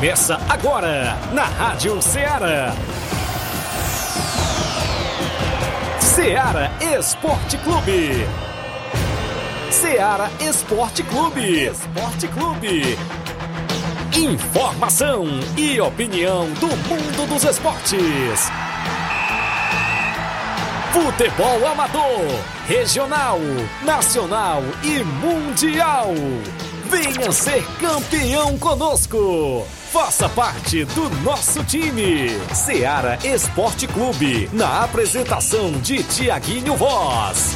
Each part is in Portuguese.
Começa agora na Rádio Ceará. Ceará Esporte Clube. Ceará Esporte Clube. Esporte Clube. Informação e opinião do mundo dos esportes. Futebol amador, regional, nacional e mundial. Venha ser campeão conosco. Faça parte do nosso time. Ceará Esporte Clube. Na apresentação de Tiaguinho Voz.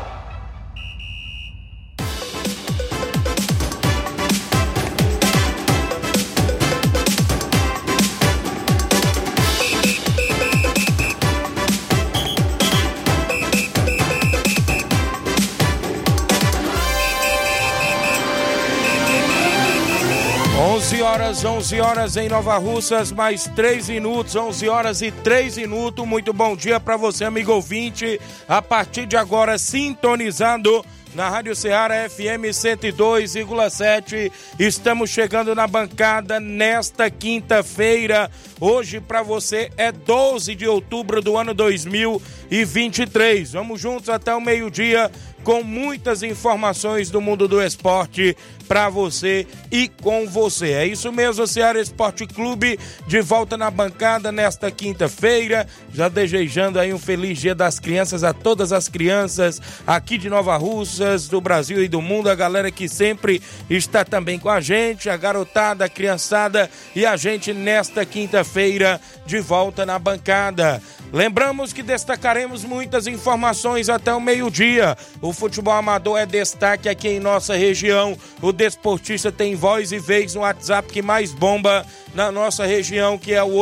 Horas, 11 horas em Nova Russas, mais 3 minutos, 11 horas e 3 minutos. Muito bom dia para você, amigo ouvinte. A partir de agora, sintonizado na Rádio Ceará FM 102,7. Estamos chegando na bancada nesta quinta-feira. Hoje para você é 12 de outubro do ano 2023. Vamos juntos até o meio-dia com muitas informações do mundo do esporte para você e com você. É isso mesmo, Ceará Esporte Clube de volta na bancada nesta quinta-feira, já desejando aí um feliz Dia das Crianças a todas as crianças aqui de Nova Russas, do Brasil e do mundo, a galera que sempre está também com a gente, a garotada, a criançada e a gente nesta quinta-feira de volta na bancada. Lembramos que destacaremos muitas informações até o meio-dia. O futebol amador é destaque aqui em nossa região. O desportista tem voz e vez no WhatsApp que mais bomba na nossa região, que é o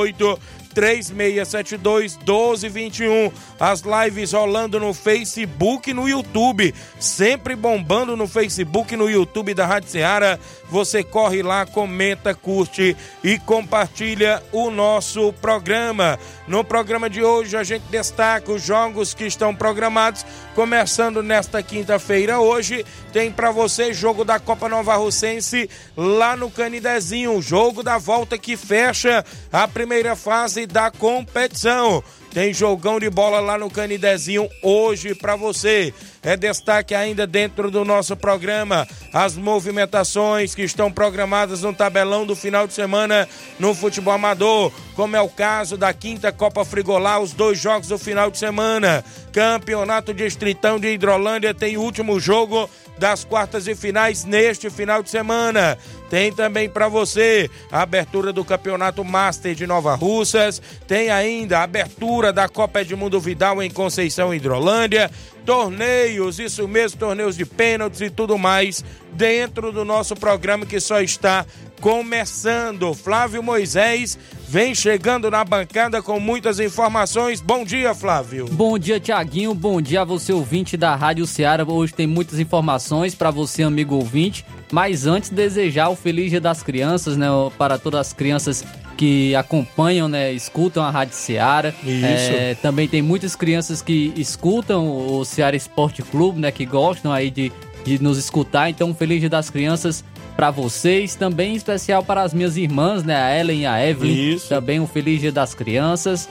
8836721221. As lives rolando no Facebook e no YouTube, sempre bombando no Facebook e no YouTube da Rádio Ceará. Você corre lá, comenta, curte e compartilha o nosso programa. No programa de hoje a gente destaca os jogos que estão programados, começando nesta quinta-feira. Hoje tem para você jogo da Copa Nova Russense lá no Canidezinho, jogo da volta que fecha a primeira fase da competição. Tem jogão de bola lá no Canidezinho hoje para você. É destaque ainda dentro do nosso programa as movimentações que estão programadas no tabelão do final de semana no futebol amador, como é o caso da quinta Copa Frigolá, os 2 jogos do final de semana. Campeonato Distritão de Hidrolândia tem o último jogo das quartas de finais neste final de semana. Tem também para você a abertura do Campeonato Master de Nova Russas, tem ainda a abertura da Copa Edmundo Vidal em Conceição, Hidrolândia, torneios, isso mesmo, torneios de pênaltis e tudo mais dentro do nosso programa que só está começando. Flávio Moisés vem chegando na bancada com muitas informações. Bom dia, Flávio. Bom dia, Tiaguinho. Bom dia a você, ouvinte da Rádio Ceará. Hoje tem muitas informações para você, amigo ouvinte. Mas antes, desejar o Feliz Dia das Crianças, né, para todas as crianças que acompanham, né, escutam a Rádio Ceará. Isso. Também tem muitas crianças que escutam o Ceará Esporte Clube, né, que gostam aí de nos escutar. Então, um Feliz Dia das Crianças para vocês, também em especial para as minhas irmãs, né, a Ellen e a Evelyn. Isso. Também um Feliz Dia das Crianças.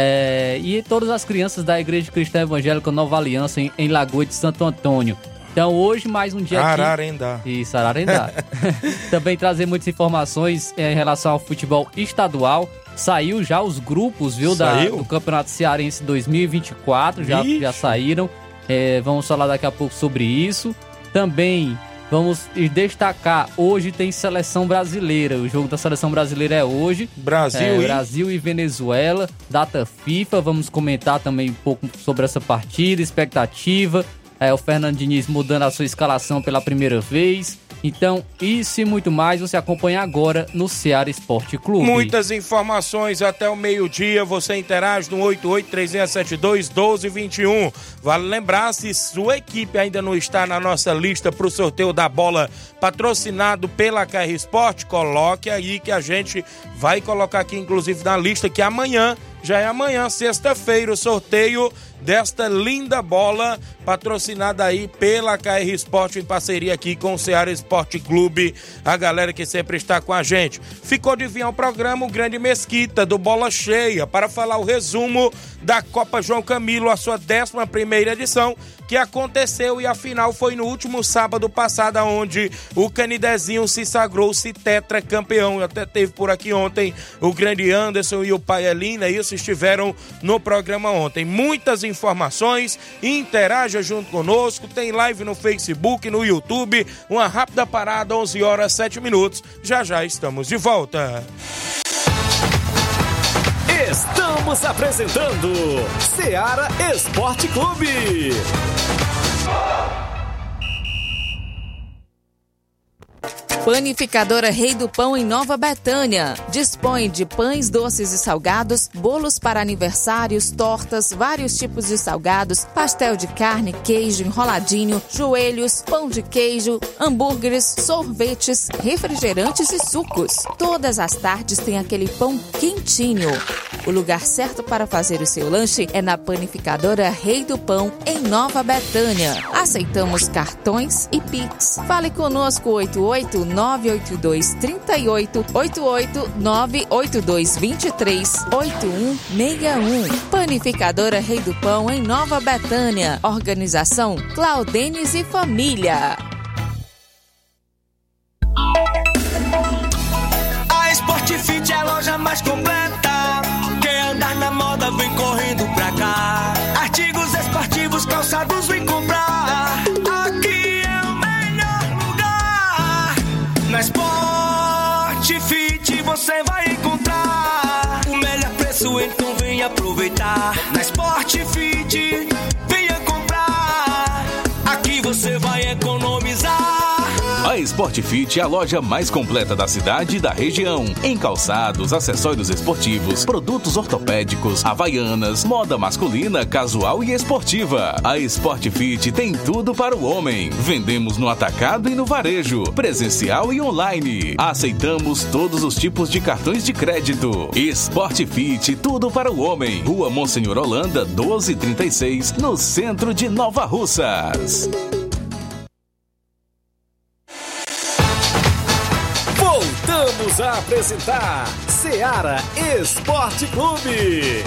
E todas as crianças da Igreja Cristã Evangélica Nova Aliança em Lagoa de Santo Antônio. Então hoje mais um dia aqui. Ararendá. Isso, Ararendá. Também trazer muitas informações em relação ao futebol estadual. Saiu já os grupos, viu, do Campeonato Cearense 2024, já saíram. Vamos falar daqui a pouco sobre isso. Também vamos destacar, hoje tem seleção brasileira. O jogo da seleção brasileira é hoje. Brasil e Venezuela, data FIFA. Vamos comentar também um pouco sobre essa partida, expectativa. O Fernando Diniz mudando a sua escalação pela primeira vez. Então, isso e muito mais você acompanha agora no Ceará Esporte Clube. Muitas informações até o meio-dia. Você interage no 8836721221. Vale lembrar, se sua equipe ainda não está na nossa lista para o sorteio da bola patrocinado pela KR Sport, coloque aí que a gente vai colocar aqui, inclusive, na lista, que amanhã, já é amanhã, sexta-feira, o sorteio desta linda bola, patrocinada aí pela KR Sport, em parceria aqui com o Ceará Esporte Clube, a galera que sempre está com a gente. Ficou de vir ao programa o Grande Mesquita, do Bola Cheia, para falar o resumo da Copa João Camilo, a sua 11ª edição, que aconteceu e a final foi no último sábado passado, onde o Canidezinho se sagrou-se tetracampeão. Até teve por aqui ontem o grande Anderson e o Paelina, isso estiveram no programa ontem. Muitas informações, interaja junto conosco, tem live no Facebook, no YouTube, uma rápida parada, 11h07, já já estamos de volta. Estamos apresentando Ceará Esporte Clube. Panificadora Rei do Pão em Nova Betânia. Dispõe de pães doces e salgados, bolos para aniversários, tortas, vários tipos de salgados, pastel de carne, queijo, enroladinho, joelhos, pão de queijo, hambúrgueres, sorvetes, refrigerantes e sucos. Todas as tardes tem aquele pão quentinho. O lugar certo para fazer o seu lanche é na Panificadora Rei do Pão, em Nova Betânia. Aceitamos cartões e Pix. Fale conosco, 88-982-38, 88-982-23-8161. Panificadora Rei do Pão, em Nova Betânia. Organização Claudenes e Família. A Sportfit é a loja mais completa. Quem andar na moda vem correndo pra cá. Artigos esportivos, calçados, vem comprar. Aqui é o melhor lugar. Na Sportfit você vai encontrar o melhor preço, então vem aproveitar. Na Sportfit venha comprar. Aqui você vai economizar. A Sportfit é a loja mais completa da cidade e da região. Em calçados, acessórios esportivos, produtos ortopédicos, havaianas, moda masculina, casual e esportiva. A Sportfit tem tudo para o homem. Vendemos no atacado e no varejo, presencial e online. Aceitamos todos os tipos de cartões de crédito. Sportfit, tudo para o homem. Rua Monsenhor Holanda, 1236, no centro de Nova Russas. Voltamos a apresentar Ceará Esporte Clube.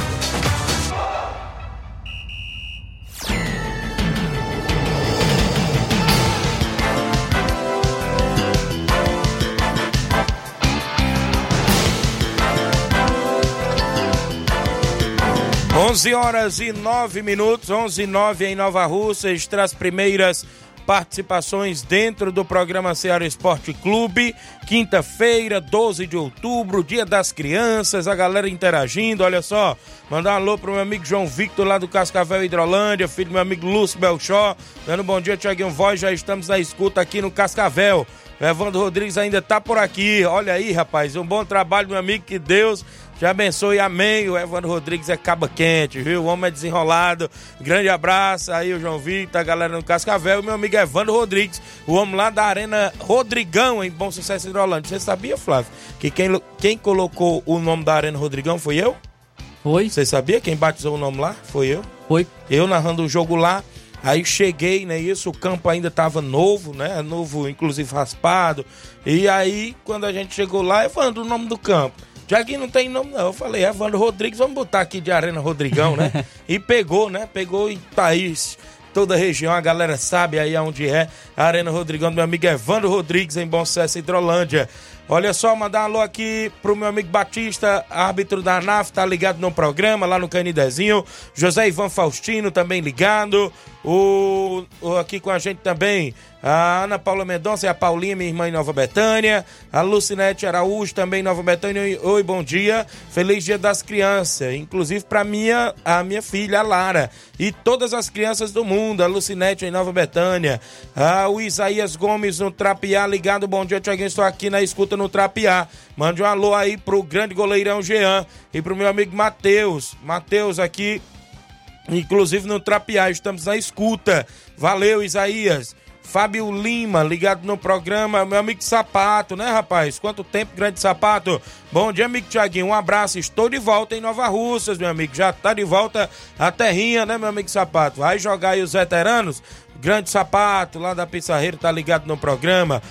11h09, 11h09 em Nova Russas, traz primeiras participações dentro do programa Ceará Esporte Clube. Quinta-feira, 12 de outubro, Dia das Crianças, a galera interagindo, olha só. Mandar um alô pro meu amigo João Victor, lá do Cascavel, Hidrolândia, filho do meu amigo Lúcio Belchó, dando bom dia, Thiaguinho Voz, já estamos na escuta aqui no Cascavel. O Evandro Rodrigues ainda tá por aqui, olha aí, rapaz, um bom trabalho, meu amigo, que Deus te abençoe, amém. O Evandro Rodrigues é caba quente, viu? O homem é desenrolado. Grande abraço aí, o João Vitor, a galera no Cascavel. E meu amigo Evandro Rodrigues, o homem lá da Arena Rodrigão, em Bom Sucesso, Hidrolândia. Você sabia, Flávio, que quem colocou o nome da Arena Rodrigão foi eu? Foi. Você sabia quem batizou o nome lá? Foi eu. Foi. Eu narrando o jogo lá. Aí cheguei, né, isso, o campo ainda tava novo, né, novo, inclusive raspado. E aí, quando a gente chegou lá, Evandro, o nome do campo. Tiaguinho não tem nome não, eu falei, Evandro Rodrigues, vamos botar aqui de Arena Rodrigão, né? E pegou, né, pegou em Thaís, toda a região, a galera sabe aí aonde é a Arena Rodrigão do meu amigo Evandro Rodrigues, em Bom Sucesso, Hidrolândia. Olha só, mandar um alô aqui pro meu amigo Batista, árbitro da ANAF, tá ligado no programa, lá no Canidezinho. José Ivan Faustino também ligado. Aqui com a gente também a Ana Paula Mendonça e a Paulinha, minha irmã em Nova Betânia. A Lucinete Araújo também em Nova Betânia. Oi, bom dia. Feliz Dia das Crianças. Inclusive pra a minha filha, a Lara. E todas as crianças do mundo. A Lucinete em Nova Betânia. O Isaías Gomes no Trapiá, ligado. Bom dia, Tiaguinho. Estou aqui na escuta no Trapiá. Mande um alô aí pro grande goleirão Jean e pro meu amigo Matheus. Matheus aqui, inclusive no Trapiá, estamos na escuta. Valeu, Isaías. Fábio Lima, ligado no programa, meu amigo Sapato, né, rapaz? Quanto tempo, grande Sapato. Bom dia, amigo Tiaguinho, um abraço, estou de volta em Nova Russas, meu amigo, já tá de volta a terrinha, né, meu amigo Sapato? Vai jogar aí os veteranos, grande Sapato, lá da Pissarreira, tá ligado no programa.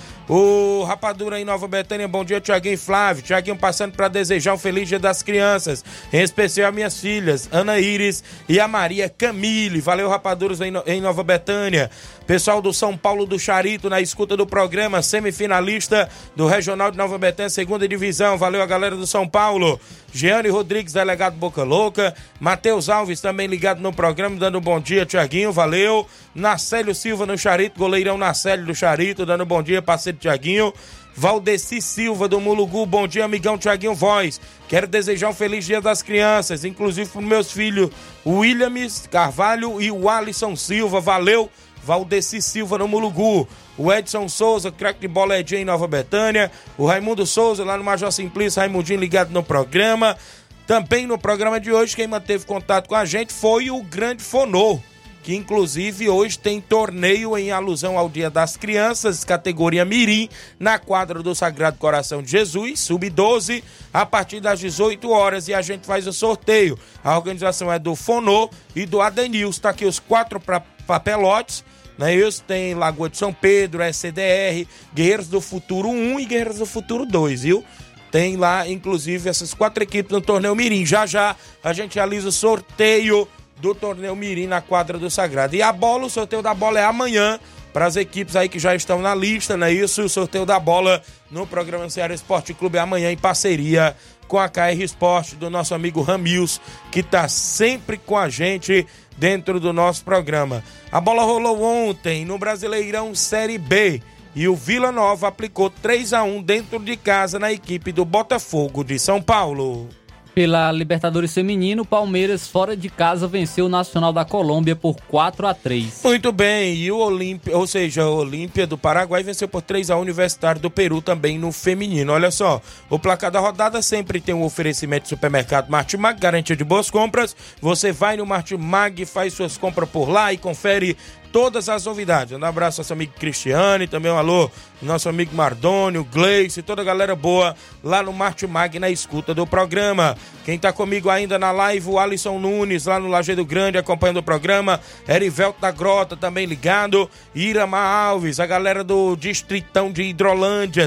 O Rapadura em Nova Betânia, bom dia, Tiaguinho e Flávio. Tiaguinho passando para desejar um feliz dia das crianças, em especial minhas filhas, Ana Iris e a Maria Camille. Valeu, Rapaduras em Nova Betânia. Pessoal do São Paulo do Charito, na escuta do programa, semifinalista do Regional de Nova Betânia, segunda divisão. Valeu a galera do São Paulo. Giane Rodrigues, delegado Boca Louca. Matheus Alves também ligado no programa, dando um bom dia, Tiaguinho, valeu. Nacélio Silva no Charito, goleirão Nacélio do Charito, dando um bom dia, parceiro Tiaguinho. Valdeci Silva do Mulugu, bom dia, amigão Tiaguinho Voz. Quero desejar um feliz dia das crianças, inclusive para meus filhos, o Williams Carvalho e o Alisson Silva, valeu. Valdeci Silva no Mulugu, o Edson Souza, craque de bola Edinho em Nova Betânia, o Raimundo Souza lá no Major Simplício, Raimundinho ligado no programa. Também no programa de hoje, quem manteve contato com a gente foi o Grande Fonô, que inclusive hoje tem torneio em alusão ao Dia das Crianças, categoria Mirim, na quadra do Sagrado Coração de Jesus, sub-12, a partir das 18 horas, e a gente faz o sorteio. A organização é do Fonô e do Adenilson, tá aqui os 4 papelotes, né? Isso tem Lagoa de São Pedro, SCDR, Guerreiros do Futuro 1 e Guerreiros do Futuro 2, viu? Tem lá, inclusive, essas 4 equipes no torneio Mirim. Já a gente realiza o sorteio do torneio Mirim na quadra do Sagrado. E a bola, o sorteio da bola é amanhã, para as equipes aí que já estão na lista, não é isso? O sorteio da bola no programa Ceará Esporte Clube é amanhã, em parceria com a KR Esporte, do nosso amigo Ramils, que está sempre com a gente dentro do nosso programa. A bola rolou ontem no Brasileirão Série B e o Vila Nova aplicou 3-1 dentro de casa na equipe do Botafogo de São Paulo. Pela Libertadores Feminino, o Palmeiras fora de casa venceu o Nacional da Colômbia por 4-3. Muito bem, e o Olímpia, ou seja, o Olímpia do Paraguai venceu por 3-1 o Universitário do Peru também no feminino. Olha só, o placar da rodada sempre tem um oferecimento de supermercado Martimag, garantia de boas compras. Você vai no Martimag, faz suas compras por lá e confere todas as novidades. Um abraço ao nosso amigo Cristiane, também um alô nosso amigo Mardônio, Gleice, toda a galera boa lá no Martimag, na escuta do programa. Quem tá comigo ainda na live, o Alisson Nunes, lá no Lajeado Grande, acompanhando o programa. Erivelto da Grota, também ligado. Irama Alves, a galera do Distritão de Hidrolândia,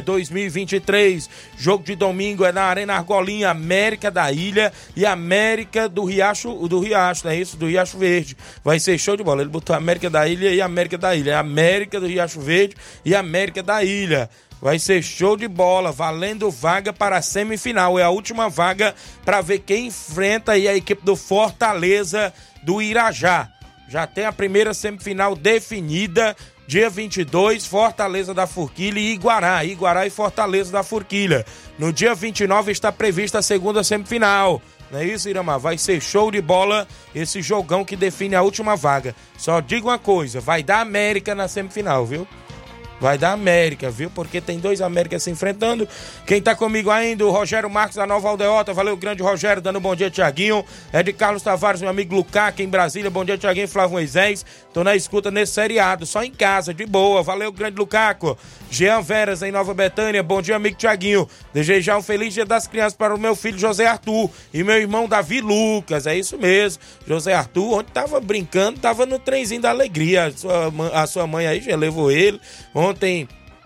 2023. Jogo de domingo é na Arena Argolinha, América da Ilha e América do Riacho, não é isso? Do Riacho Verde. Vai ser show de bola. Ele botou América da Ilha e América da Ilha. América do Riacho Verde e América da Ilha. Vai ser show de bola, valendo vaga para a semifinal. É a última vaga para ver quem enfrenta aí a equipe do Fortaleza do Irajá. Já tem a primeira semifinal definida, dia 22, Fortaleza da Forquilha e Iguará e Fortaleza da Forquilha. No dia 29 está prevista a segunda semifinal. Não é isso, Iramar? Vai ser show de bola esse jogão que define a última vaga. Só digo uma coisa, vai dar América na semifinal, viu? Vai dar América, viu? Porque tem 2 Américas se enfrentando. Quem tá comigo ainda, o Rogério Marques da Nova Aldeota. Valeu, grande Rogério, dando um bom dia, Tiaguinho. É de Carlos Tavares, meu amigo Lucaca, em Brasília. Bom dia, Tiaguinho, Flávio Moisés. Tô na escuta nesse seriado, só em casa, de boa. Valeu, grande Lucaco. Jean Veras, em Nova Betânia. Bom dia, amigo Tiaguinho. Desejar um feliz dia das crianças para o meu filho José Arthur e meu irmão Davi Lucas. É isso mesmo. José Arthur, ontem tava brincando, tava no trenzinho da alegria. A sua mãe aí já levou ele. Ontem,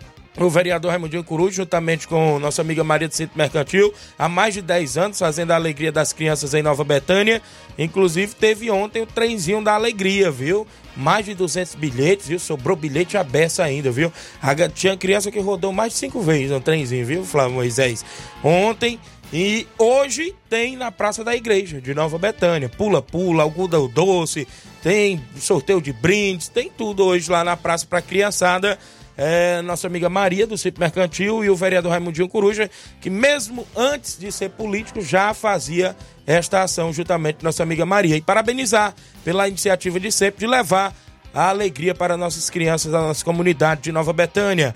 o vereador Raimundinho Coruja, juntamente com nossa amiga Maria do Centro Mercantil, há mais de 10 anos, fazendo a alegria das crianças em Nova Betânia. Inclusive, teve ontem o trenzinho da alegria, viu? Mais de 200 bilhetes, viu? Sobrou bilhete à beça ainda, viu? Tinha criança que rodou mais de 5 vezes no trenzinho, viu, Flávio Moisés? Ontem e hoje tem na Praça da Igreja de Nova Betânia. Pula-pula, algodão doce, tem sorteio de brindes, tem tudo hoje lá na praça para criançada. Nossa amiga Maria do Centro Mercantil e o vereador Raimundinho Coruja, que mesmo antes de ser político já fazia esta ação juntamente com nossa amiga Maria. E parabenizar pela iniciativa de sempre de levar a alegria para nossas crianças da nossa comunidade de Nova Betânia.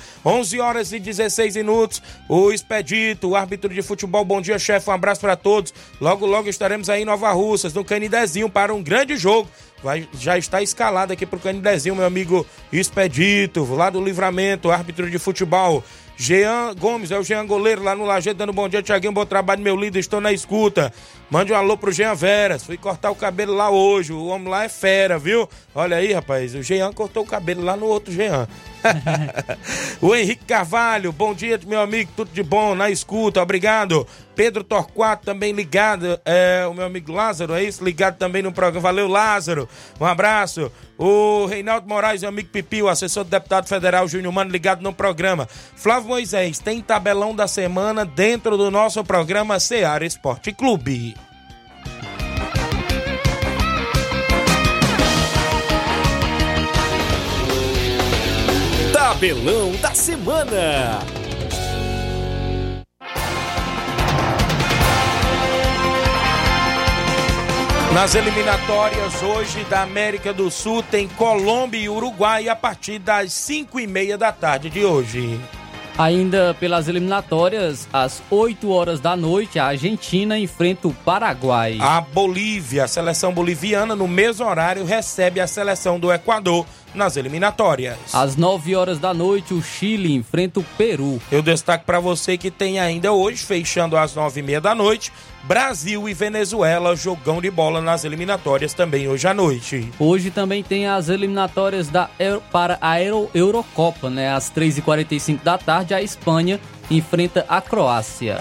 11h16. O Expedito, o árbitro de futebol. Bom dia, chefe. Um abraço para todos. Logo estaremos aí em Nova Russas, no Canidezinho, para um grande jogo já está escalado aqui pro Canidezinho, meu amigo Expedito, lá do Livramento, árbitro de futebol. Jean Gomes, é o Jean Goleiro lá no Lajeado, dando bom dia, Thiaguinho, bom trabalho, meu líder, estou na escuta. Mande um alô pro Jean Veras, fui cortar o cabelo lá hoje, o homem lá é fera, viu? Olha aí, rapaz, o Jean cortou o cabelo lá no outro Jean. O Henrique Carvalho, bom dia, meu amigo, tudo de bom, na escuta, obrigado. Pedro Torquato também ligado, o meu amigo Lázaro, é isso? Ligado também no programa, valeu Lázaro, um abraço. O Reinaldo Moraes, meu amigo Pipi, o assessor do deputado federal Júnior Mano, ligado no programa. Flávio Moisés, tem tabelão da semana dentro do nosso programa Seara Esporte Clube. Tabelão da semana. Nas eliminatórias hoje da América do Sul tem Colômbia e Uruguai a partir das 5h30 da tarde de hoje. Ainda pelas eliminatórias, às 8 horas da noite, a Argentina enfrenta o Paraguai. A Bolívia, a seleção boliviana, no mesmo horário, recebe a seleção do Equador nas eliminatórias. Às 9 horas da noite, o Chile enfrenta o Peru. Eu destaco para você que tem ainda hoje, fechando às 9h30 da noite, Brasil e Venezuela, jogão de bola nas eliminatórias também hoje à noite. Hoje também tem as eliminatórias para a Eurocopa, né? Às 3h45 da tarde, a Espanha enfrenta a Croácia.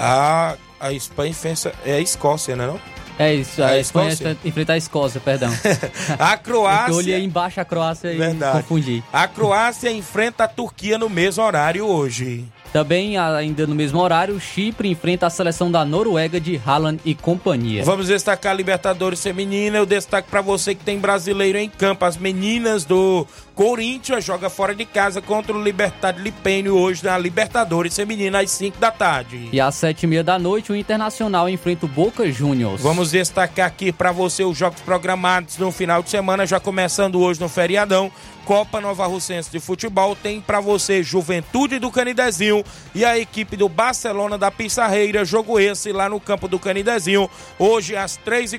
A Espanha enfrenta a Escócia, né não? É isso, a Espanha enfrenta a Escócia, perdão. A Croácia... Eu olhei embaixo a Croácia e confundi. A Croácia enfrenta a Turquia no mesmo horário hoje. Também, ainda no mesmo horário, o Chipre enfrenta a seleção da Noruega de Haaland e companhia. Vamos destacar a Libertadores Feminina. Eu destaco para você que tem brasileiro em campo. As meninas do Corinthians jogam fora de casa contra o Libertad Lipênio hoje na Libertadores Feminina às 5 da tarde. E às 7h30 da noite, o Internacional enfrenta o Boca Juniors. Vamos destacar aqui para você os jogos programados no final de semana, já começando hoje no feriadão. Copa Nova Russense de Futebol tem para você Juventude do Canidezinho e a equipe do Barcelona da Pissarreira, jogo esse lá no campo do Canidezinho, hoje às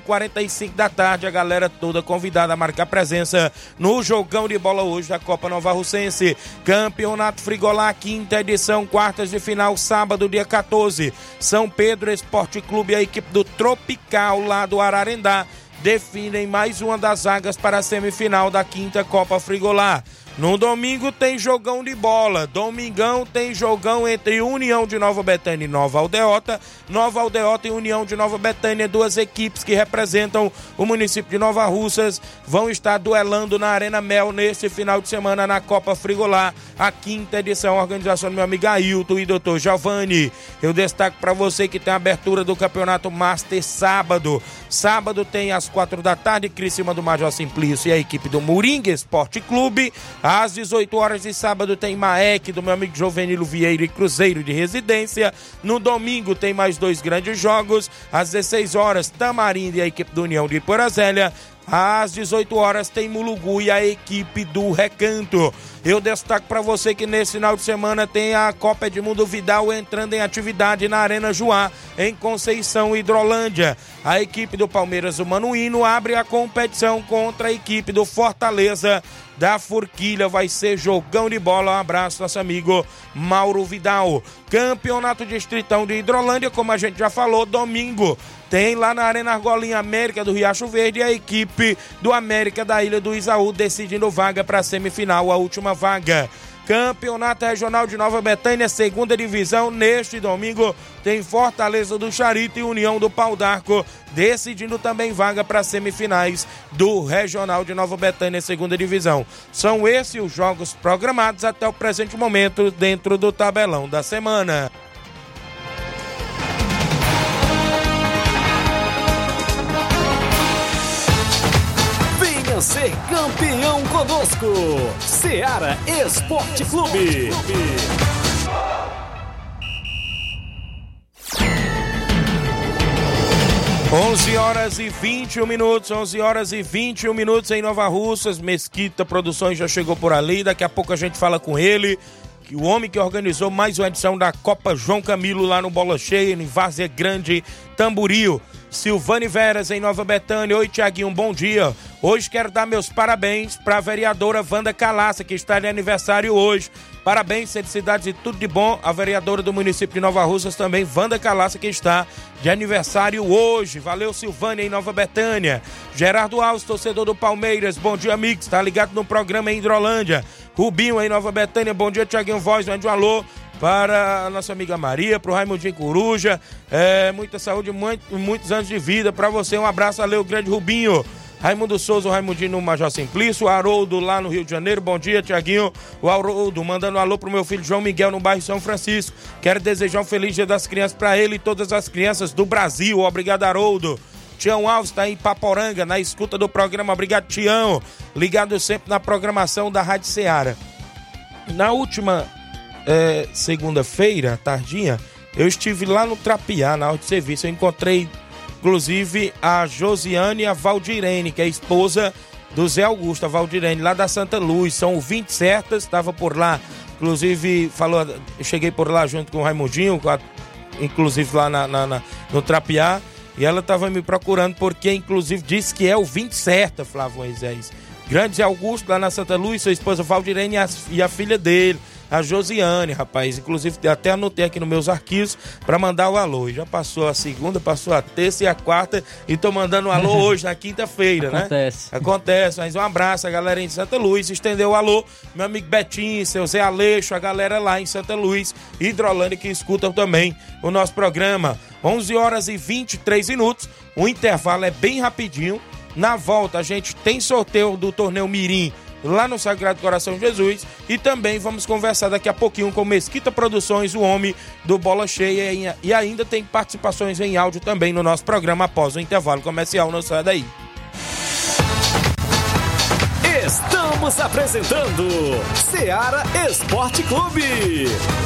3h45 da tarde, a galera toda convidada a marcar presença no jogão de bola hoje da Copa Nova Russense. Campeonato Frigolá, quinta edição, quartas de final, sábado, dia 14, São Pedro Esporte Clube e a equipe do Tropical lá do Ararendá definem mais uma das vagas para a semifinal da quinta Copa Frigolá. No domingo tem jogão de bola. Domingão tem jogão entre União de Nova Betânia e Nova Aldeota. Nova Aldeota e União de Nova Betânia, duas equipes que representam o município de Nova Russas, vão estar duelando na Arena Mel nesse final de semana na Copa Frigolá, a quinta edição, a organização do meu amigo Ailton e Dr. Giovanni. Eu destaco para você que tem a abertura do Campeonato Master sábado. Sábado tem às 4 da tarde, Criciúma do Major Simplício e a equipe do Moringa Esporte Clube. Às 18 horas de sábado tem Maek do meu amigo Jovenilo Vieira e Cruzeiro de Residência. No domingo tem mais dois grandes jogos. Às 16 horas, Tamarindo e a equipe do União de Iporazélia. Às 18 horas tem Mulugu e a equipe do Recanto. Eu destaco para você que nesse final de semana tem a Copa Edmundo Vidal entrando em atividade na Arena Juá, em Conceição, Hidrolândia. A equipe do Palmeiras, o Manuíno, abre a competição contra a equipe do Fortaleza da Forquilha. Vai ser jogão de bola. Um abraço, nosso amigo Mauro Vidal. Campeonato Distritão de Hidrolândia, como a gente já falou, domingo tem lá na Arena Argolinha, América do Riacho Verde, a equipe do América da Ilha do Isaú decidindo vaga para a semifinal, a última vaga. Campeonato Regional de Nova Betânia, segunda divisão, neste domingo tem Fortaleza do Charito e União do Pau d'Arco, decidindo também vaga para as semifinais do Regional de Nova Betânia, segunda divisão. São esses os jogos programados até o presente momento dentro do tabelão da semana. Ser campeão conosco, Seara Esporte Clube. 11 horas e 21 minutos, 11 horas e 21 minutos em Nova Russas. Mesquita Produções já chegou por ali, daqui a pouco a gente fala com ele, o homem que organizou mais uma edição da Copa João Camilo lá no Bola Cheia, em Várzea Grande, Tamboril. Silvane Veras, em Nova Betânia. Oi, Tiaguinho, bom dia. Hoje quero dar meus parabéns para a vereadora Wanda Calaça, que está de aniversário hoje. Parabéns, felicidades e tudo de bom. A vereadora do município de Nova Russas também, Wanda Calaça, que está de aniversário hoje. Valeu, Silvane, em Nova Betânia. Gerardo Alves, torcedor do Palmeiras. Bom dia, amigos. Está ligado no programa em Hidrolândia. Rubinho, em Nova Betânia. Bom dia, Tiaguinho Voz. Mande um alô para a nossa amiga Maria, para o Raimundinho Coruja. Muita saúde, muitos anos de vida para você. Um abraço, valeu, grande Rubinho. Raimundo Souza, o Raimundinho no Major Simplício. O Haroldo lá no Rio de Janeiro. Bom dia, Tiaguinho. O Haroldo mandando um alô pro meu filho João Miguel no bairro São Francisco. Quero desejar um feliz Dia das Crianças para ele e todas as crianças do Brasil. Obrigado, Haroldo. Tião Alves está em Paporanga, na escuta do programa. Obrigado, Tião. Ligado sempre na programação da Rádio Ceará. Na última segunda-feira, tardinha, eu estive lá no Trapiá, na hora de serviço. Eu encontrei, inclusive, a Josiane e a Valdirene, que é a esposa do Zé Augusto, a Valdirene, lá da Santa Luz. São 20 certas, estava por lá, inclusive, eu cheguei por lá junto com o Raimundinho, inclusive lá no Trapiá, e ela estava me procurando porque, inclusive, disse que é o 20 certa, Flávio Moisés. Grande Zé Augusto, lá na Santa Luz, sua esposa Valdirene e a filha dele, a Josiane, rapaz. Inclusive, até anotei aqui nos meus arquivos para mandar o alô. E já passou a segunda, passou a terça e a quarta e tô mandando um alô hoje, na quinta-feira, né? Acontece, mas um abraço a galera em Santa Luz. Estendeu o alô, meu amigo Betinho, seu Zé Aleixo, a galera lá em Santa Luz, Hidrolândia, que escutam também o nosso programa. 11 horas e 23 minutos, o intervalo é bem rapidinho. Na volta a gente tem sorteio do torneio Mirim lá no Sagrado Coração de Jesus e também vamos conversar daqui a pouquinho com Mesquita Produções, o homem do Bola Cheia, e ainda tem participações em áudio também no nosso programa após o intervalo comercial. Não sai daí. Estamos apresentando Ceará Esporte Clube.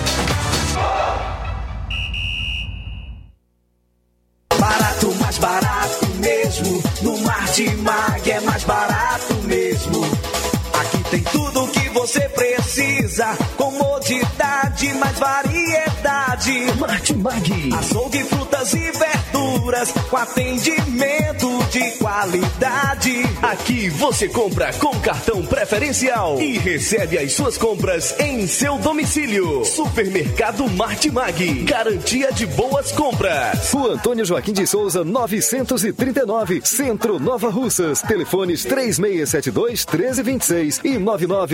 Barato, mais barato mesmo. No Martimag é mais barato mesmo. Aqui tem tudo o que você precisa. Comodidade, mais variedade. Martimag. Açougue, frutas e verduras com atendimento de qualidade. Aqui você compra com cartão preferencial e recebe as suas compras em seu domicílio. Supermercado Martimag. Garantia de boas compras. Rua Antônio Joaquim de Souza, 939, Centro, Nova Russas. Telefones 3672-1326 e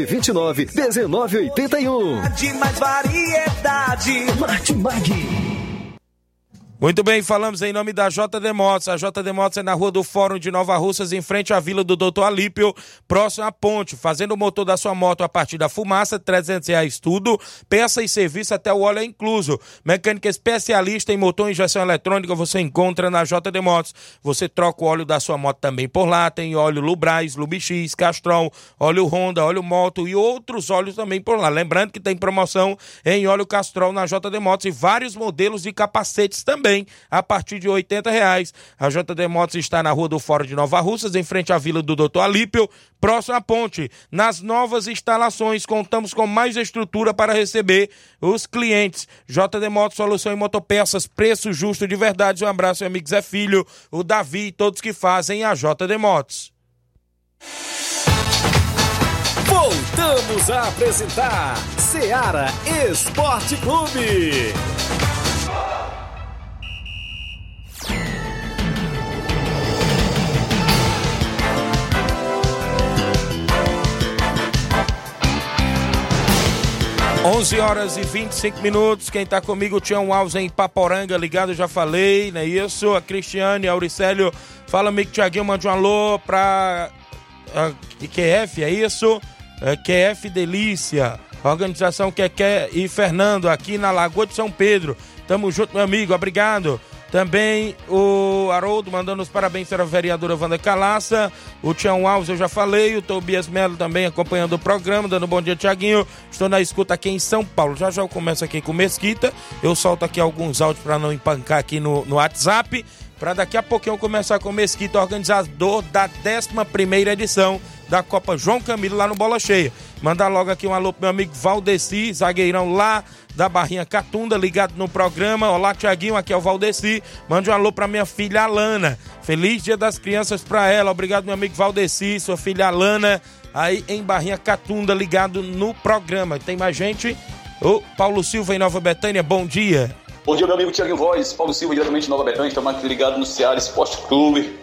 9929-1981. De mais variedade. Martimag. Muito bem, falamos em nome da JD Motos. A JD Motos é na Rua do Fórum de Nova Russas, em frente à Vila do Doutor Alípio, próximo à ponte. Fazendo o motor da sua moto a partir da fumaça, R$300 tudo. Peça e serviço até o óleo é incluso. Mecânica especialista em motor e injeção eletrônica você encontra na JD Motos. Você troca o óleo da sua moto também por lá. Tem óleo Lubrais, Lubix, Castrol, óleo Honda, óleo Moto e outros óleos também por lá. Lembrando que tem promoção em óleo Castrol na JD Motos e vários modelos de capacetes também, a partir de R$80. A JD Motos está na Rua do Fórum de Nova Russas, em frente à Vila do Doutor Alípio, próximo à ponte. Nas novas instalações, contamos com mais estrutura para receber os clientes. JD Motos, solução em motopeças, preço justo de verdade. Um abraço, meu amigo Zé Filho, o Davi e todos que fazem a JD Motos. Voltamos a apresentar Ceará Esporte Clube. 11 horas e 25 minutos. Quem tá comigo, o Tião Alves em Paporanga, ligado, já falei, não é isso? A Cristiane, a Auricélio, fala, amigo Tiaguinho, mande um alô pra QF, é isso? QF Delícia, organização Keké e Fernando, aqui na Lagoa de São Pedro. Tamo junto, meu amigo, obrigado. Também o Haroldo mandando os parabéns para a vereadora Wanda Calaça. O Tião Alves eu já falei. O Tobias Melo também acompanhando o programa, dando um bom dia, Tiaguinho. Estou na escuta aqui em São Paulo. Já eu começo aqui com Mesquita. Eu solto aqui alguns áudios para não empancar aqui no WhatsApp, para daqui a pouquinho eu começar com Mesquita, organizador da 11ª edição da Copa João Camilo lá no Bola Cheia. Mandar logo aqui um alô pro meu amigo Valdeci, zagueirão lá da Barrinha Catunda, ligado no programa. Olá, Tiaguinho, aqui é o Valdeci. Mande um alô pra minha filha Alana. Feliz Dia das Crianças pra ela. Obrigado, meu amigo Valdeci, sua filha Alana, aí em Barrinha Catunda, ligado no programa. Tem mais gente? Ô, Paulo Silva em Nova Betânia, bom dia. Bom dia, meu amigo Tiaguinho Voz, Paulo Silva, diretamente de Nova Betânia. Estamos aqui ligados no Ceará Esporte Clube.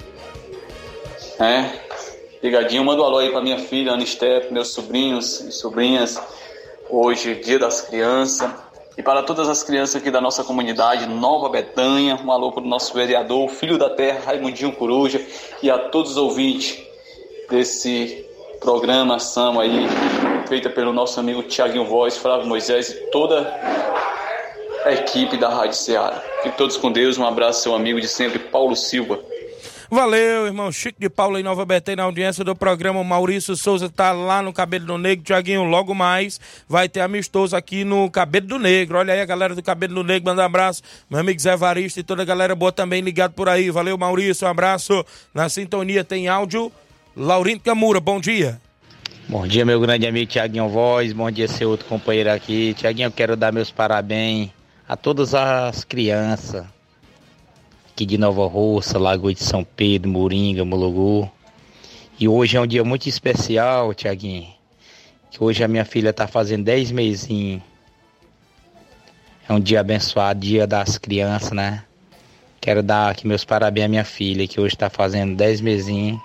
Ligadinho, manda um alô aí pra minha filha, Ana Esther, meus sobrinhos e sobrinhas. Hoje, Dia das Crianças. E para todas as crianças aqui da nossa comunidade, Nova Betânia, um alô para o nosso vereador, filho da terra, Raimundinho Coruja, e a todos os ouvintes desse programação aí, feita pelo nosso amigo Tiaguinho Voz, Flávio Moisés e toda a equipe da Rádio Ceará. Fiquem todos com Deus, um abraço, seu amigo de sempre, Paulo Silva. Valeu, irmão Chico de Paula em Nova Betânia, na audiência do programa. Maurício Souza tá lá no Cabelo do Negro. Tiaguinho, logo mais vai ter amistoso aqui no Cabelo do Negro. Olha aí a galera do Cabelo do Negro, manda um abraço. Meu amigo Zé Varista e toda a galera boa também ligado por aí. Valeu, Maurício, um abraço. Na sintonia tem áudio. Laurindo Camura, bom dia. Bom dia, meu grande amigo Tiaguinho Voz. Bom dia, seu outro companheiro aqui. Tiaguinho, eu quero dar meus parabéns a todas as crianças aqui de Nova Russa, Lagoa de São Pedro, Moringa, Mulugu. E hoje é um dia muito especial, Tiaguinho, que hoje a minha filha está fazendo 10 mesinhos. É um dia abençoado, dia das crianças, né? Quero dar aqui meus parabéns à minha filha, que hoje está fazendo 10 mesinhos.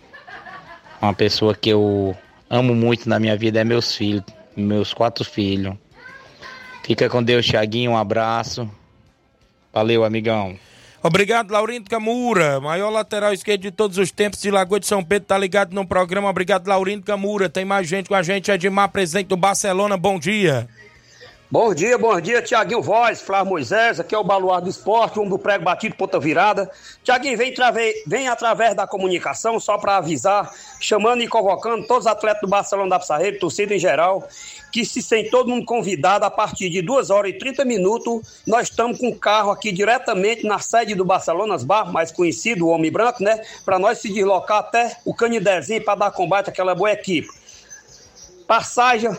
Uma pessoa que eu amo muito na minha vida é meus filhos, meus 4 filhos. Fica com Deus, Tiaguinho, um abraço. Valeu, amigão. Obrigado, Laurindo Camura, maior lateral esquerdo de todos os tempos de Lagoa de São Pedro, tá ligado no programa. Obrigado, Laurindo Camura. Tem mais gente com a gente, Edmar, presidente do Barcelona, bom dia. Bom dia, Tiaguinho Voz, Flávio Moisés, aqui é o Baluarte do Esporte, do prego batido, ponta virada. Tiaguinho, vem através da comunicação, só para avisar, chamando e convocando todos os atletas do Barcelona da Pissarreira, torcida em geral, que se sente todo mundo convidado a partir de 2h30, nós estamos com um carro aqui diretamente na sede do Barcelona Bar, mais conhecido, o Homem Branco, né? Para nós se deslocar até o Canidezinho para dar combate àquela boa equipe. Passagem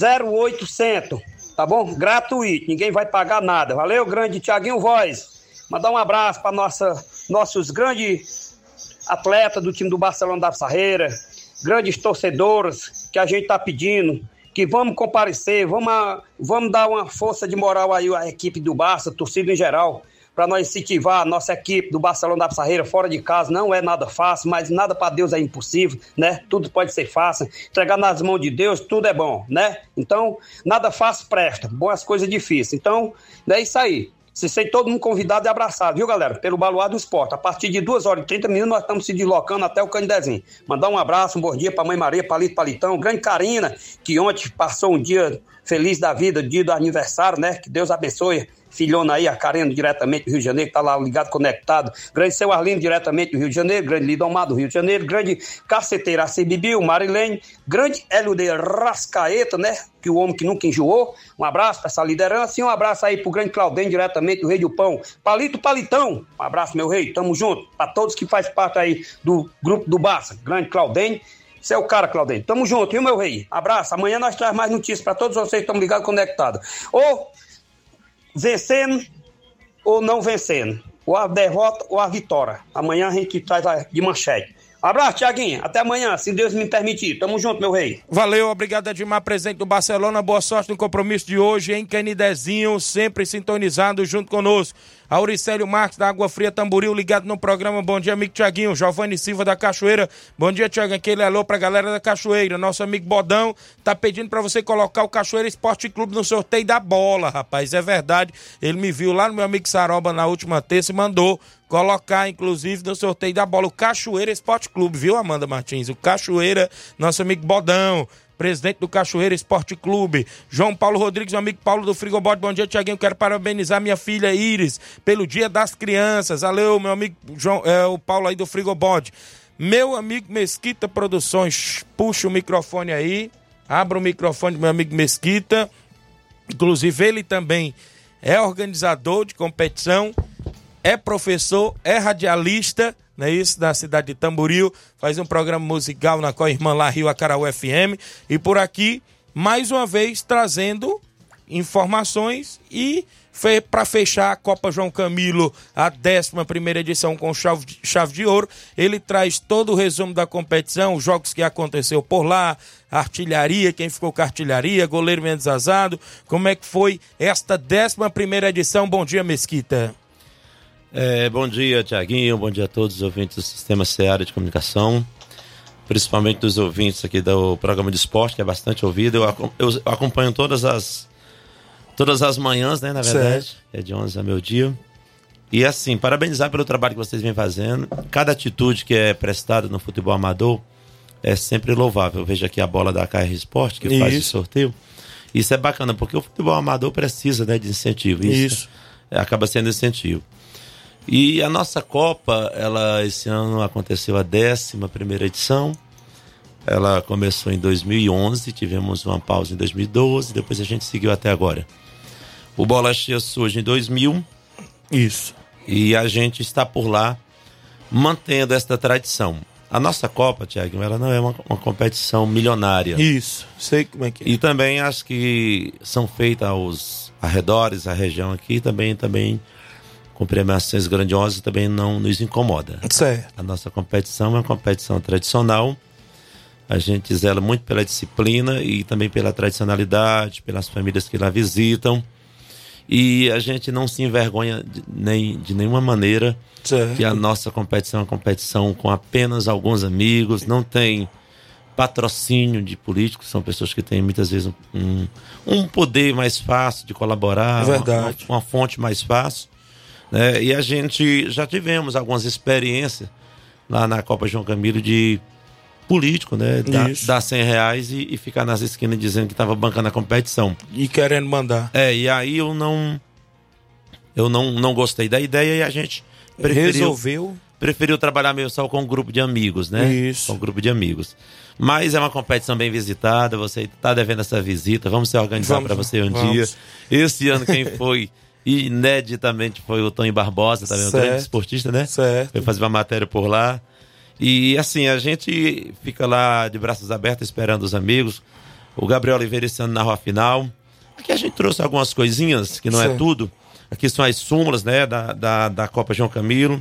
0,800. Tá bom? Gratuito, ninguém vai pagar nada. Valeu, grande Tiaguinho Voz. Mandar um abraço para nossos grandes atletas do time do Barcelona da Pissarreira, grandes torcedores que a gente tá pedindo, que vamos comparecer, vamos dar uma força de moral aí à equipe do Barça, torcida em geral, para nós incentivar a nossa equipe do Barcelona da Pissarreira fora de casa. Não é nada fácil, mas nada para Deus é impossível, né? Tudo pode ser fácil. Entregar nas mãos de Deus, tudo é bom, né? Então, nada fácil presta, boas coisas difíceis. Então, é isso aí. Se sente todo mundo convidado e abraçado, viu, galera? Pelo Baluarte do Esporte. A partir de 2h30, nós estamos se deslocando até o Canidezinho. Mandar um abraço, um bom dia para Mãe Maria, Palito Palitão, grande Karina, que ontem passou um dia feliz da vida, dia do aniversário, né? Que Deus abençoe. Filhona aí, a Karina, diretamente do Rio de Janeiro, que tá lá ligado, conectado. Grande Seu Arlindo, diretamente do Rio de Janeiro. Grande Lidomar, do Rio de Janeiro. Grande Caceteira, Arce Bibiu, Marilene. Grande Hélio de Rascaeta, né? Que o homem que nunca enjoou. Um abraço para essa liderança. E um abraço aí pro grande Claudem, diretamente do Rei do Pão. Palito Palitão. Um abraço, meu rei. Tamo junto. Para todos que fazem parte aí do grupo do Barça. Grande Claudem. Você é o cara, Claudem. Tamo junto, viu, meu rei? Abraço. Amanhã nós traz mais notícias para todos vocês que estão ligados, conectados. Vencendo ou não vencendo, ou a derrota ou a vitória. Amanhã a gente traz de manchete. Um abraço, Tiaguinho. Até amanhã, se Deus me permitir. Tamo junto, meu rei. Valeu, obrigado, Edmar, presidente do Barcelona. Boa sorte no compromisso de hoje em Canidezinho, sempre sintonizado junto conosco. Auricélio Marques, da Água Fria Tamboril, ligado no programa. Bom dia, amigo Tiaguinho. Giovanni Silva, da Cachoeira. Bom dia, Tiaguinho. Aquele alô pra galera da Cachoeira. Nosso amigo Bodão tá pedindo pra você colocar o Cachoeira Esporte Clube no sorteio da bola, rapaz. É verdade. Ele me viu lá no meu amigo Saroba na última terça e mandou colocar, inclusive, no sorteio da bola o Cachoeira Esporte Clube, viu, Amanda Martins? O Cachoeira, nosso amigo Bodão, presidente do Cachoeira Esporte Clube. João Paulo Rodrigues, meu amigo Paulo do Frigobote. Bom dia, Tiaguinho. Quero parabenizar minha filha Iris pelo Dia das Crianças. Valeu, meu amigo João, o Paulo aí do Frigobote. Meu amigo Mesquita Produções, puxa o microfone aí. Abra o microfone do meu amigo Mesquita. Inclusive, ele também é organizador de competição, é professor, é radialista, não é isso? Da cidade de Tamboril, faz um programa musical na Coirmã lá, Rio Acaraú FM, e por aqui, mais uma vez, trazendo informações e para fechar a Copa João Camilo, a 11ª edição com chave de ouro, ele traz todo o resumo da competição, os jogos que aconteceu por lá, artilharia, quem ficou com a artilharia, goleiro menos azado, como é que foi esta 11ª edição. Bom dia, Mesquita. Bom dia, Tiaguinho, bom dia a todos os ouvintes do Sistema Seara de Comunicação, principalmente dos ouvintes aqui do programa de esporte, que é bastante ouvido. Eu acompanho todas as manhãs, né, na verdade, certo. É de 11 a meio-dia. E assim, parabenizar pelo trabalho que vocês vêm fazendo. Cada atitude que é prestada no futebol amador é sempre louvável. Eu vejo aqui a bola da KR Sport, que faz o sorteio. Isso é bacana, porque o futebol amador precisa, né, de incentivo. Isso. Acaba sendo incentivo. E a nossa Copa, esse ano aconteceu a 11ª edição. Ela começou em 2011, tivemos uma pausa em 2012, depois a gente seguiu até agora. O Bola Cheia surge em 2000. Isso. E a gente está por lá mantendo esta tradição. A nossa Copa, Tiago, ela não é uma competição milionária. Isso, sei como é que é. E também as que são feitas aos arredores, a região aqui, também com premiações grandiosas, também não nos incomoda. Certo. A nossa competição é uma competição tradicional. A gente zela muito pela disciplina e também pela tradicionalidade, pelas famílias que lá visitam. E a gente não se envergonha de nenhuma maneira, certo, que a nossa competição é uma competição com apenas alguns amigos, não tem patrocínio de políticos, são pessoas que têm muitas vezes um poder mais fácil de colaborar, uma fonte mais fácil, né? E a gente já tivemos algumas experiências lá na Copa João Camilo de político, né? Dar R$100 e ficar nas esquinas dizendo que estava bancando a competição. E querendo mandar. E aí eu não gostei da ideia e a gente preferiu trabalhar meio só com um grupo de amigos, né? Isso. Com um grupo de amigos. Mas é uma competição bem visitada, você está devendo essa visita, vamos se organizar para você um dia. Esse ano quem foi ineditamente foi o Tony Barbosa, também um grande esportista, né? Certo. Foi fazer uma matéria por lá. E assim, a gente fica lá de braços abertos esperando os amigos. O Gabriel Oliveira esse ano narrou a final. Aqui a gente trouxe algumas coisinhas, que não é tudo. Aqui são as súmulas, né, da Copa João Camilo.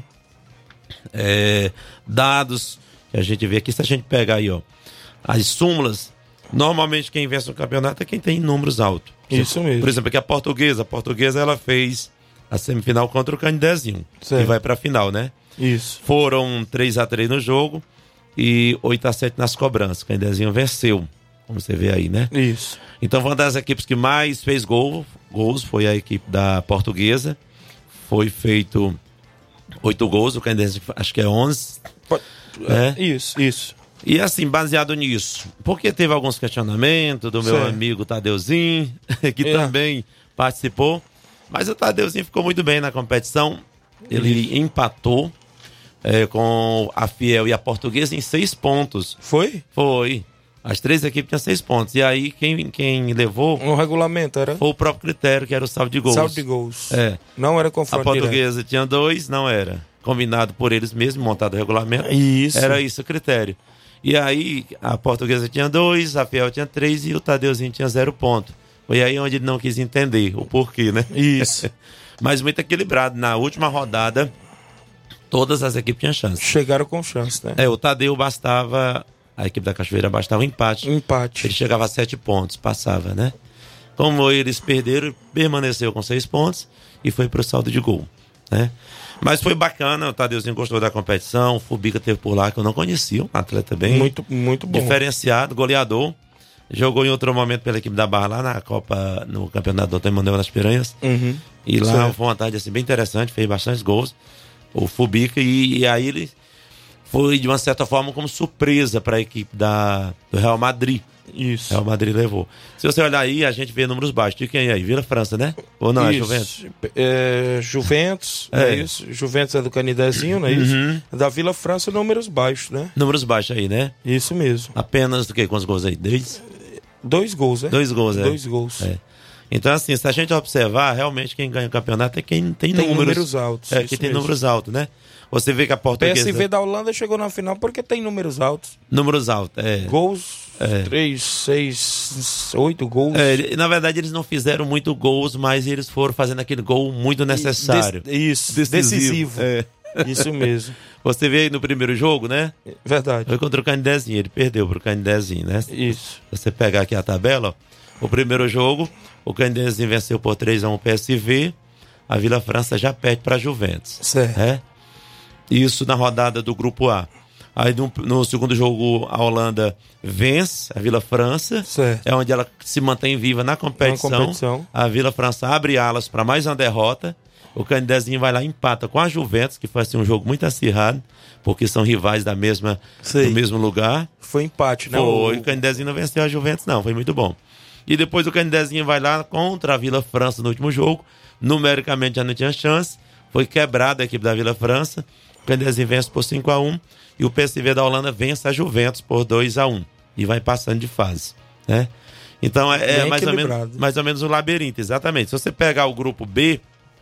Dados que a gente vê aqui. Se a gente pegar aí, ó, as súmulas, normalmente quem vence o campeonato é quem tem números altos. Isso mesmo. Por exemplo, aqui a Portuguesa ela fez a semifinal contra o Candezinho, que vai pra final, né? Isso. Foram 3-3 no jogo e 8-7 nas cobranças. O Candezinho venceu, como você vê aí, né? Isso. Então, uma das equipes que mais fez gols foi a equipe da Portuguesa. Foi feito 8 gols, o Candezinho acho que é 11. Isso. E assim, baseado nisso, porque teve alguns questionamentos do meu amigo Tadeuzinho, que também participou, mas o Tadeuzinho ficou muito bem na competição. Ele empatou com a Fiel e a Portuguesa em 6 pontos. Foi? Foi. As 3 equipes tinham 6 pontos. E aí quem levou... No regulamento era? Foi o próprio critério, que era o saldo de gols. Saldo de gols. Não era confronto direto. A Portuguesa tinha 2, não era. Combinado por eles mesmos, montado o regulamento. Isso. Era isso o critério. E aí a Portuguesa tinha 2, a Fiel tinha 3 e o Tadeuzinho tinha 0 ponto. Foi aí onde ele não quis entender o porquê, né? Isso. Mas muito equilibrado. Na última rodada, todas as equipes tinham chance. Chegaram com chance, né? O Tadeu a equipe da Cachoeira bastava um empate. Ele chegava a 7 pontos, passava, né? Como eles perderam, permaneceu com 6 pontos e foi pro saldo de gol, né? Mas foi bacana, o Tadeuzinho gostou da competição, o Fubica teve por lá, que eu não conhecia, um atleta bem muito bom, diferenciado, goleador. Jogou em outro momento pela equipe da Barra lá na Copa, no campeonato do Antônio Manuel das Piranhas. E lá foi uma tarde assim, bem interessante, fez bastante gols, o Fubica, e aí ele foi de uma certa forma como surpresa para a equipe do Real Madrid. Isso. Real Madrid levou. Se você olhar aí, a gente vê números baixos. De quem é aí? Vila França, né? Ou não, isso. É Juventus? Juventus, não é isso? Juventus é do Canidezinho, não é isso? Da Vila França, números baixos, né? Números baixos aí, né? Isso mesmo. Apenas do que? Quantos gols aí? 2 gols, né? 2 gols, 2 gols. Então, assim, se a gente observar, realmente quem ganha o campeonato é quem tem números altos. Que tem números altos, né? Você vê que a Portuguesa... PSV da Holanda chegou na final porque tem números altos. Números altos, Gols, 3, 6, 8 gols. Na verdade, eles não fizeram muito gols, mas eles foram fazendo aquele gol muito necessário. Decisivo. Isso mesmo. Você vê aí no primeiro jogo, né? Verdade. Foi contra o Canidezinho, ele perdeu pro Canidezinho, né? Isso. Você pegar aqui a tabela, ó, o primeiro jogo, o Canidezinho venceu por 3-1 o PSV, a Vila França já perde para a Juventus. Certo. Isso na rodada do Grupo A. Aí no segundo jogo, a Holanda vence a Vila França. Certo. É onde ela se mantém viva na competição. A Vila França abre alas para mais uma derrota. O Canidezinho vai lá e empata com a Juventus, que foi assim, um jogo muito acirrado, porque são rivais do mesmo lugar. Foi empate, né? Foi. O Canidezinho não venceu a Juventus, não. Foi muito bom. E depois o Canidezinho vai lá contra a Vila França no último jogo. Numericamente já não tinha chance. Foi quebrada a equipe da Vila França. O Canidezinho vence por 5-1 e o PSV da Holanda vence a Juventus por 2-1 e vai passando de fase, né? Então é mais ou menos o labirinto, exatamente. Se você pegar o grupo B,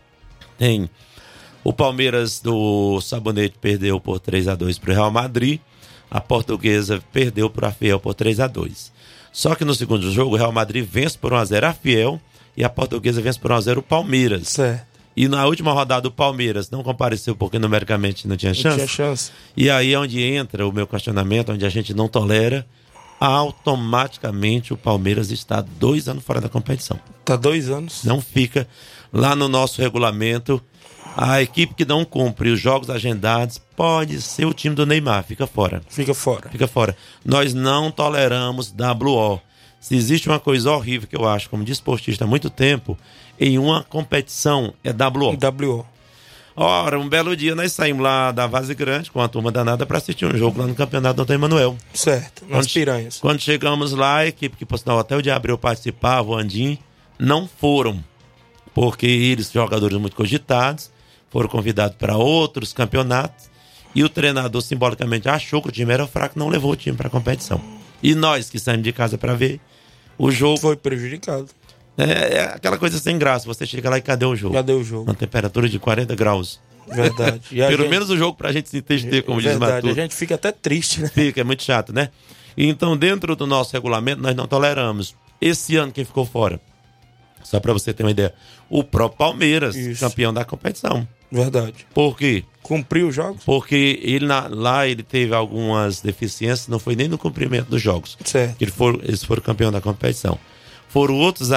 tem o Palmeiras do Sabonete perdeu por 3-2 para o Real Madrid, a Portuguesa perdeu para a Fiel por 3-2. Só que no segundo jogo o Real Madrid vence por 1-0 a Fiel e a Portuguesa vence por 1-0 o Palmeiras. Certo. E na última rodada o Palmeiras não compareceu porque numericamente não tinha chance. Não tinha chance. E aí é onde entra o meu questionamento, onde a gente não tolera, automaticamente o Palmeiras está 2 anos fora da competição. Está 2 anos. Não fica lá no nosso regulamento. A equipe que não cumpre os jogos agendados pode ser o time do Neymar, fica fora. Fica fora. Nós não toleramos WO. Se existe uma coisa horrível que eu acho como desportista há muito tempo, em uma competição é WO. Ora, um belo dia nós saímos lá da Vase Grande com a turma danada para assistir um jogo lá no campeonato do Antônio Emanuel. Certo, nas Piranhas. Quando chegamos lá, a equipe que por sinal até o de abril participava, o Andim, não foram, porque eles, jogadores muito cogitados, foram convidados para outros campeonatos e o treinador simbolicamente achou que o time era fraco, não levou o time para a competição. E nós que saímos de casa para ver, o jogo foi prejudicado. É aquela coisa sem graça, você chega lá e cadê o jogo? Uma temperatura de 40 graus. Verdade. Pelo menos o jogo pra gente se entender, como diz Matu. A gente fica até triste, né? Fica, é muito chato, né? Então, dentro do nosso regulamento, nós não toleramos. Esse ano, quem ficou fora? Só pra você ter uma ideia. O próprio Palmeiras, campeão da competição. Verdade. Por quê? Cumpriu os jogos? Porque ele lá ele teve algumas deficiências, não foi nem no cumprimento dos jogos. Certo. Eles foram campeão da competição. Foram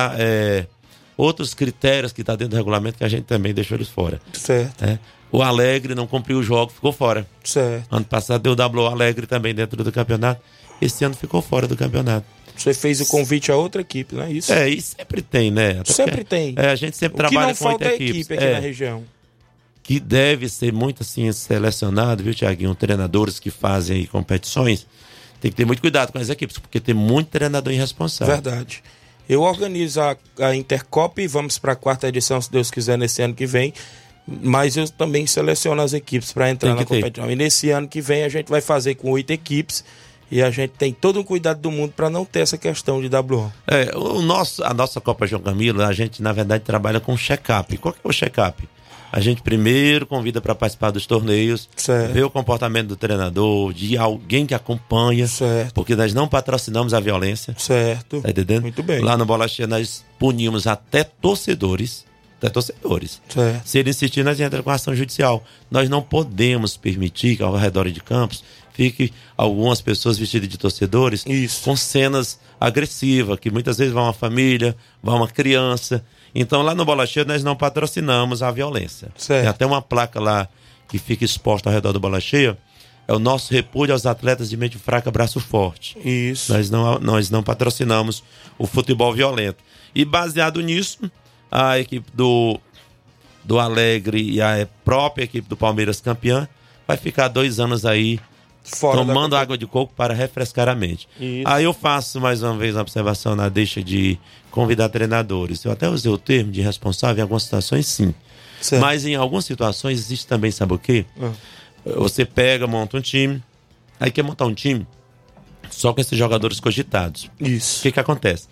outros critérios que está dentro do regulamento que a gente também deixou eles fora. Certo. O Alegre não cumpriu o jogo, ficou fora. Certo. Ano passado deu o Alegre também dentro do campeonato. Esse ano ficou fora do campeonato. Você fez o convite a outra equipe, não é isso? E sempre tem, né? Sempre tem. A gente sempre trabalha com muita equipe. Equipe aqui na região. Que deve ser muito assim selecionado, viu, Thiaguinho? Treinadores que fazem aí competições. Tem que ter muito cuidado com as equipes, porque tem muito treinador irresponsável. Verdade. Eu organizo a Intercopa e vamos para a 4ª edição, se Deus quiser, nesse ano que vem. Mas eu também seleciono as equipes para entrar na competição. E nesse ano que vem a gente vai fazer com 8 equipes e a gente tem todo o cuidado do mundo para não ter essa questão de WO. A nossa Copa João Camilo, a gente na verdade trabalha com check-up. Qual que é o check-up? A gente primeiro convida para participar dos torneios, ver o comportamento do treinador, de alguém que acompanha, porque nós não patrocinamos a violência. Certo. Tá entendendo? Muito bem. Lá no Bola Cheia nós punimos até torcedores. Certo. Se ele insistir, nós entramos com ação judicial. Nós não podemos permitir que ao redor de campos fique algumas pessoas vestidas de torcedores com cenas agressivas, que muitas vezes vai uma família, vai uma criança. Então lá no Bola Cheia nós não patrocinamos a violência. Certo. Tem até uma placa lá que fica exposta ao redor do Bola Cheia. É o nosso repúdio aos atletas de mente fraca, braço forte. Isso. Nós não patrocinamos o futebol violento. E baseado nisso, a equipe do Alegre e a própria equipe do Palmeiras campeã vai ficar 2 anos aí tomando água de coco para refrescar a mente. Isso. Aí eu faço mais uma vez uma observação na deixa de convidar treinadores. Eu até usei o termo de responsável em algumas situações, sim. Certo. Mas em algumas situações existe também, sabe o quê? Você pega, monta um time, aí quer montar um time só com esses jogadores cogitados. Isso. O que acontece?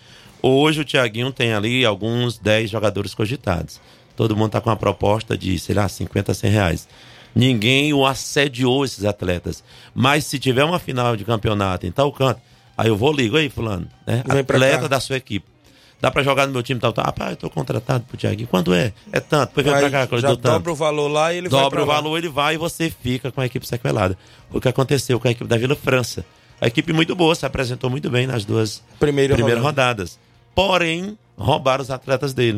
Hoje o Thiaguinho tem ali alguns 10 jogadores cogitados. Todo mundo está com uma proposta de, sei lá, 50, 100 reais. Ninguém o assediou, esses atletas. Mas se tiver uma final de campeonato em tal canto, aí eu ligo aí, fulano, né? Atleta da sua equipe. Dá pra jogar no meu time, tal. Rapaz, eu tô contratado pro Thiaguinho. Quanto é? É tanto. Depois vem pra cá, já dobra o valor lá e ele vai dobra o valor, ele vai e você fica com a equipe sequelada. O que aconteceu com a equipe da Vila França. A equipe muito boa, se apresentou muito bem nas duas primeiras rodadas. Porém, roubaram os atletas dele.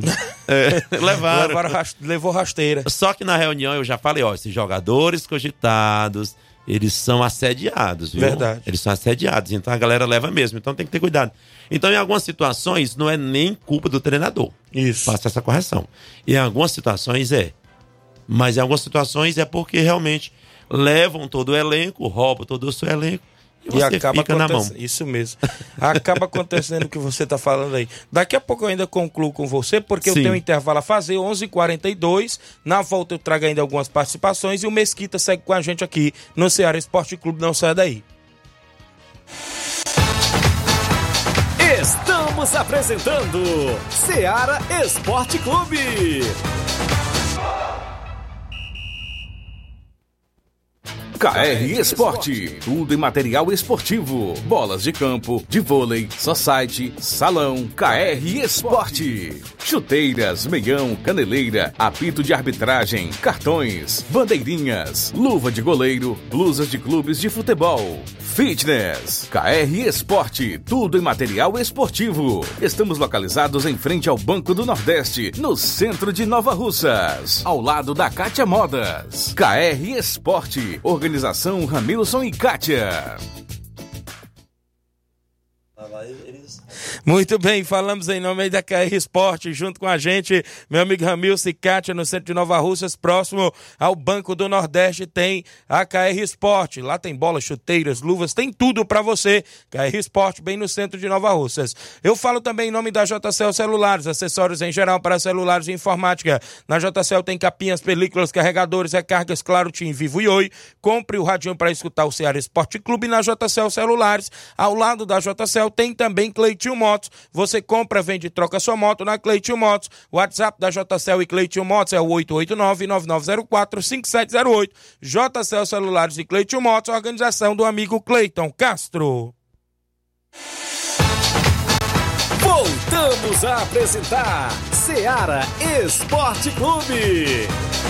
Levou rasteira. Só que na reunião eu já falei, esses jogadores cogitados, eles são assediados, viu? Verdade. Eles são assediados, então a galera leva mesmo, então tem que ter cuidado. Então, em algumas situações, não é nem culpa do treinador. Isso. Faça essa correção. Em algumas situações mas em algumas situações é porque realmente levam todo o elenco, roubam todo o seu elenco, e acaba fica na mão. Isso mesmo. Acaba acontecendo o que você está falando aí. Daqui a pouco eu ainda concluo com você, porque eu tenho um intervalo a fazer, 11h42. Na volta eu trago ainda algumas participações e o Mesquita segue com a gente aqui no Ceará Esporte Clube. Não saia daí. Estamos apresentando Ceará Esporte Clube. KR Esporte, tudo em material esportivo, bolas de campo, de vôlei, society, salão, KR Esporte, chuteiras, meião, caneleira, apito de arbitragem, cartões, bandeirinhas, luva de goleiro, blusas de clubes de futebol, fitness, KR Esporte, tudo em material esportivo. Estamos localizados em frente ao Banco do Nordeste, no centro de Nova Russas, ao lado da Kátia Modas. KR Esporte, Organização Ramilson e Kátia. Muito bem, falamos em nome aí da KR Esporte, junto com a gente, meu amigo Ramilson e Kátia, no centro de Nova Russas, próximo ao Banco do Nordeste, tem a KR Esporte. Lá tem bolas, chuteiras, luvas, tem tudo pra você. KR Esporte, bem no centro de Nova Russas. Eu falo também em nome da JCL Celulares, acessórios em geral para celulares e informática. Na JCL tem capinhas, películas, carregadores, recargas, Claro, TIM, Vivo e Oi. Compre o radinho para escutar o Ceará Esporte Clube na JCL Celulares. Ao lado da JCL tem também Cleitinho Motos. Você compra, vende e troca sua moto na Cleitinho Motos. O WhatsApp da JCL e Cleitinho Motos é o 889-9904-5708. JCL Celulares e Cleitinho Motos, organização do amigo Cleiton Castro. Voltamos a apresentar Ceará Esporte Clube.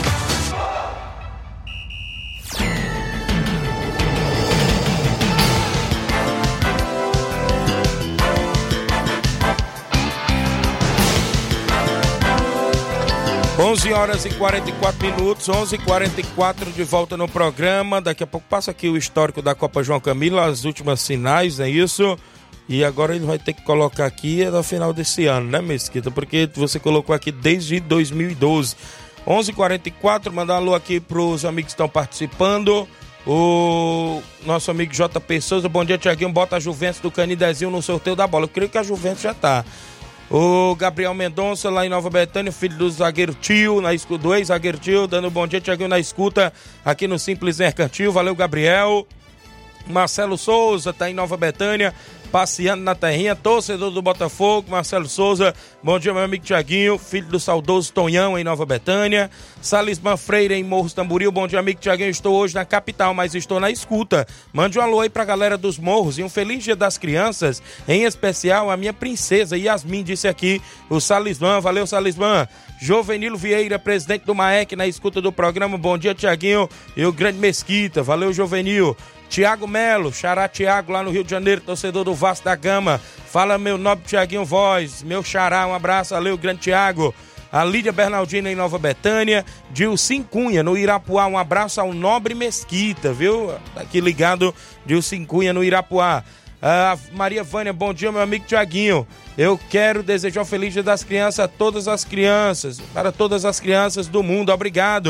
11h44, 11h44 de volta no programa. Daqui a pouco passa aqui o histórico da Copa João Camilo, as últimas finais, é isso? E agora ele vai ter que colocar aqui no final desse ano, né, Mesquita? Porque você colocou aqui desde 2012. 11h44, mandar um alô aqui pros amigos que estão participando. O nosso amigo JP Souza, bom dia, Tiaguinho, bota a Juventus do Canidezinho no sorteio da bola. Eu creio que a Juventus já tá. O Gabriel Mendonça, lá em Nova Betânia, filho do zagueiro Tio, do ex-zagueiro Tio, dando um bom dia, Tiaguinho, na escuta aqui no Simples Mercantil. Valeu, Gabriel. Marcelo Souza tá em Nova Betânia, passeando na terrinha, torcedor do Botafogo. Marcelo Souza, bom dia, meu amigo Tiaguinho, filho do saudoso Tonhão, em Nova Betânia. Salismã Freire, em Morros Tamboril, bom dia, amigo Tiaguinho, estou hoje na capital, mas estou na escuta. Mande um alô aí pra galera dos Morros e um feliz dia das crianças, em especial a minha princesa Yasmin, disse aqui o Salismã. Valeu, Salismã. Jovenilo Vieira, presidente do MAEC, na escuta do programa, bom dia, Tiaguinho, e o grande Mesquita. Valeu, Jovenil. Tiago Melo, xará Tiago, lá no Rio de Janeiro, torcedor do Vasco da Gama. Fala, meu nobre Tiaguinho Voz, meu xará, um abraço, valeu, grande Tiago. A Lídia Bernardina, em Nova Betânia. Dilcim Cunha, no Irapuá, um abraço ao nobre Mesquita, viu? Tá aqui ligado, Dilcim Cunha, no Irapuá. A Maria Vânia, bom dia, meu amigo Tiaguinho. Eu quero desejar um feliz dia das crianças a todas as crianças, para todas as crianças do mundo, obrigado.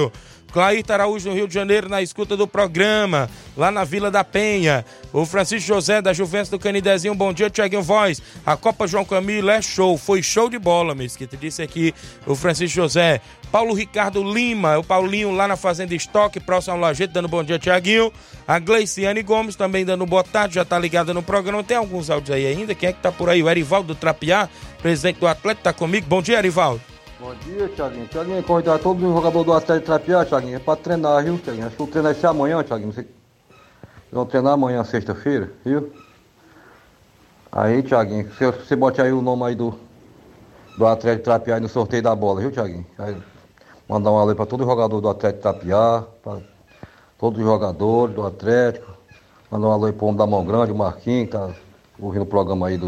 Clair Araújo, no Rio de Janeiro, na escuta do programa, lá na Vila da Penha. O Francisco José, da Juventus do Canidezinho, bom dia, Tiaguinho Voz. A Copa João Camilo é show, foi show de bola, Mesquita, disse aqui o Francisco José. Paulo Ricardo Lima, o Paulinho lá na Fazenda Estoque, próximo ao Lajeito, dando bom dia, Tiaguinho. A Gleiciane Gomes também dando boa tarde, já tá ligada no programa. Tem alguns áudios aí ainda, quem é que tá por aí? O Erivaldo do Trapiá, presidente do Atlético, tá comigo. Bom dia, Erivaldo. Bom dia, Tiaguinho. Tiaguinho, convidar todos os jogadores do Atlético de Trapiá, Tiaguinho, é pra treinar, viu, Tiaguinho? Acho que o treino vai ser amanhã, Tiaguinho. Vocês vão treinar amanhã, sexta-feira, viu? Aí, Tiaguinho, você bote aí o nome aí do Atlético de Trapiá aí no sorteio da bola, viu, Tiaguinho? Aí, mandar um alô pra todo jogador do Atlético de Trapiá, pra todos os jogadores do Atlético. Mandar um alô aí pro homem da Mão Grande, o Marquinhos, que tá ouvindo o programa aí do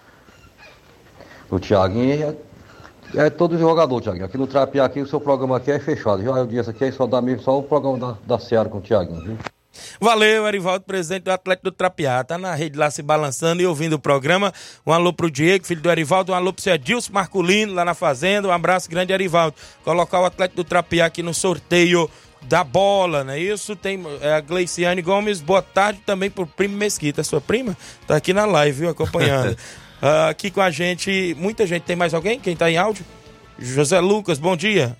Tiaguinho. É todos os jogadores, Tiaguinho. Aqui no Trapiá, aqui, o seu programa aqui é fechado. Já eu disse aqui, só dá mesmo só o programa da Seara com o Tiaguinho, viu? Valeu, Erivaldo, presidente do Atlético do Trapiá. Tá na rede lá se balançando e ouvindo o programa. Um alô pro Diego, filho do Erivaldo. Um alô pro seu Edilson Marculino, lá na Fazenda. Um abraço grande, Erivaldo. Colocar o Atlético do Trapiá aqui no sorteio da bola, não é isso? Tem a Gleiciane Gomes, boa tarde também pro Primo Mesquita. Sua prima tá aqui na live, viu, acompanhando. Aqui com a gente, muita gente. Tem mais alguém? Quem tá em áudio? José Lucas, bom dia.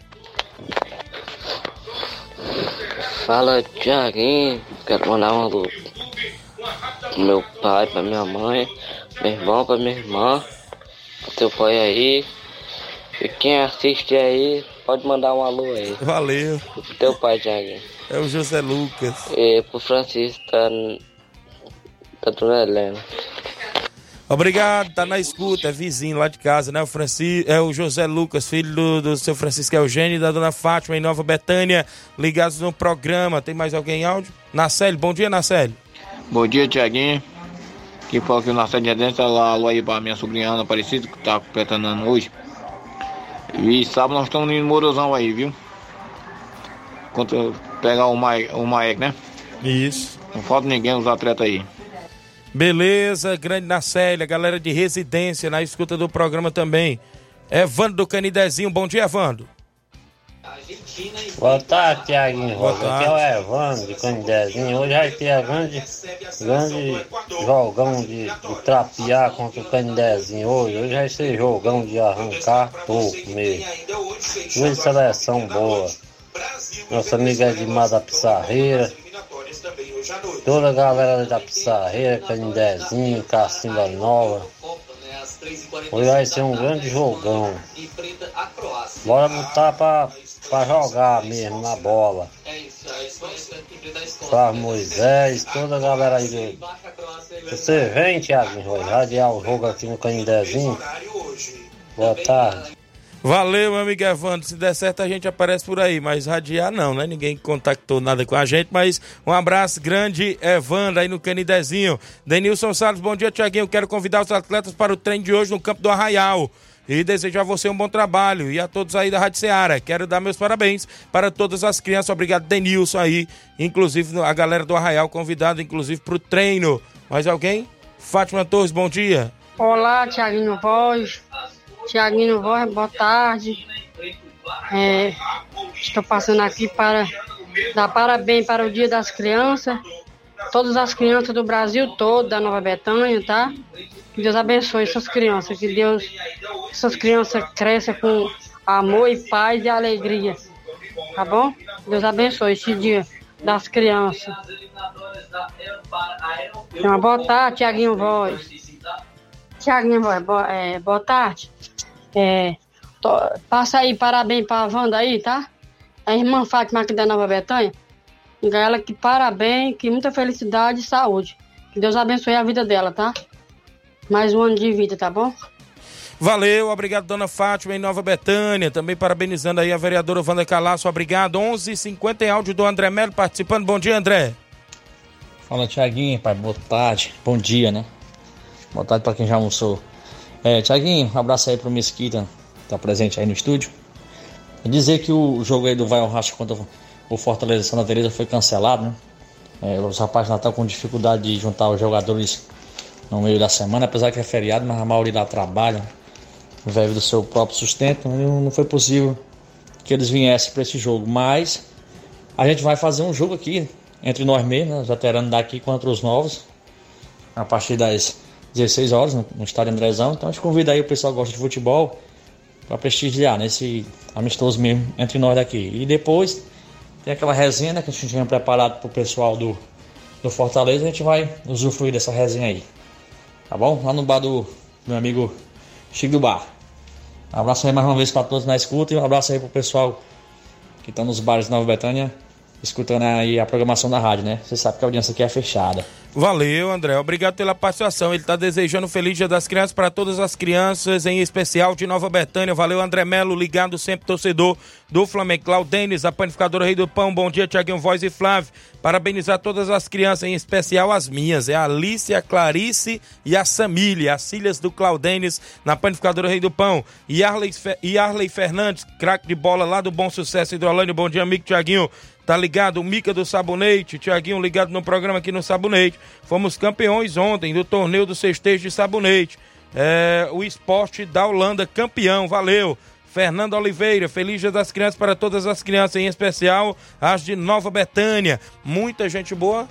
Fala, Tiaguinho. Quero mandar um alô pro meu pai, pra minha mãe, meu irmão, pra minha irmã, pro teu pai aí. E quem assiste aí, pode mandar um alô aí. Valeu. Pro teu pai, Tiaguinho. É o José Lucas. E pro Francisco, tá Dona Helena. Obrigado, tá na escuta, é vizinho lá de casa, né? É o José Lucas, filho do seu Francisco Eugênio e da dona Fátima, em Nova Betânia, ligados no programa. Tem mais alguém em áudio? Nacélio, bom dia, Nacélio. Bom dia, Tiaguinho. Quem fala que o Nacélio de dentro, alô aí pra minha sobrinha Ana Aparecida, que tá completando ano hoje. E sábado nós estamos indo no Morozão aí, viu? Quando pegar o Maek, né? Isso. Não falta ninguém, os atletas aí. Beleza, grande Nacélia, galera de residência na escuta do programa também. Evandro do Canidezinho, bom dia, Evandro. Boa tarde, Tiaguinho. Aqui é o Evandro de Canidezinho. Hoje vai ter a grande jogão de Trapiá contra o Canidezinho. Hoje vai ser jogão de arrancar toco mesmo. Duas seleção boa. Nossa amiga Edmar da Pissarreira. Toda a galera da Pissarreira, Canidezinho, Cacimba Nova. Hoje vai ser um grande jogão. Bora botar pra jogar mesmo na bola. Flávio Moisés, toda a galera aí. Você vem, Thiaguinho, vai radiar o jogo aqui no Canidezinho. Boa tarde. Valeu, meu amigo Evandro. Se der certo, a gente aparece por aí, mas radiar não, né? Ninguém contactou nada com a gente, mas um abraço grande, Evandro, aí no Canidezinho. Denilson Salles, bom dia, Tiaguinho. Quero convidar os atletas para o treino de hoje no campo do Arraial. E desejo a você um bom trabalho e a todos aí da Rádio Ceará. Quero dar meus parabéns para todas as crianças. Obrigado, Denilson, aí. Inclusive, a galera do Arraial convidada, inclusive, para o treino. Mais alguém? Fátima Torres, bom dia. Olá, Tiaguinho Voz. Tiaguinho Voz, boa tarde. Estou passando aqui para dar parabéns para o Dia das Crianças. Todas as crianças do Brasil todo, da Nova Betânia, tá? Que Deus abençoe essas crianças. Que essas crianças cresçam com amor e paz e alegria. Tá bom? Deus abençoe esse Dia das Crianças. Uma boa tarde, Tiaguinho Voz. Tiaguinho Voz, boa tarde. Passa aí parabéns para a Wanda aí, tá? A irmã Fátima aqui da Nova Betânia. Ela que parabéns, que muita felicidade e saúde. Que Deus abençoe a vida dela, tá? Mais um ano de vida, tá bom? Valeu, obrigado, dona Fátima, em Nova Betânia. Também parabenizando aí a vereadora Wanda Calaço, obrigado. 11h50 em áudio do André Melo participando. Bom dia, André. Fala, Tiaguinho, pai, boa tarde. Bom dia, né? Boa tarde para quem já almoçou. Tiaguinho, um abraço aí pro Mesquita, que tá presente aí no estúdio. Dizer que o jogo aí do Vai ao Racha contra o Fortaleza Santa Teresa foi cancelado, né? Os rapazes já estão com dificuldade de juntar os jogadores no meio da semana, apesar que é feriado, mas a maioria lá trabalha, vive do seu próprio sustento. Não foi possível que eles viessem para esse jogo, mas A gente vai fazer um jogo aqui, entre nós mesmos, né, os veteranos daqui contra os novos, a partir das 16 horas, no estádio Andrezão. Então a gente convida aí o pessoal que gosta de futebol para prestigiar nesse amistoso mesmo entre nós daqui. E depois tem aquela resenha, né, que a gente tinha preparado para o pessoal do Fortaleza. A gente vai usufruir dessa resenha aí, tá bom? Lá no bar do meu amigo Chico do Bar. Um abraço aí mais uma vez para todos na escuta e um abraço aí pro pessoal que estão nos bares de Nova Betânia escutando aí a programação da rádio, né? Você sabe que a audiência aqui é fechada. Valeu, André. Obrigado pela participação. Ele está desejando um feliz Dia das Crianças para todas as crianças, em especial de Nova Betânia. Valeu, André Melo, ligado sempre, torcedor do Flamengo. Claudenes, a panificadora Rei do Pão. Bom dia, Tiaguinho Voz e Flávio. Parabenizar todas as crianças, em especial as minhas. É a Alice, a Clarice e a Samília, as filhas do Claudenes, na panificadora Rei do Pão. E Arley Fernandes, craque de bola lá do Bom Sucesso Hidrolândia. Bom dia, amigo Tiaguinho. Tá ligado? O Mica do Sabonete, Tiaguinho ligado no programa aqui no Sabonete. Fomos campeões ontem do torneio do cestejo de sabonete. O esporte da Holanda, campeão, valeu. Fernando Oliveira, feliz Dia das Crianças para todas as crianças, em especial as de Nova Betânia. Muita gente boa.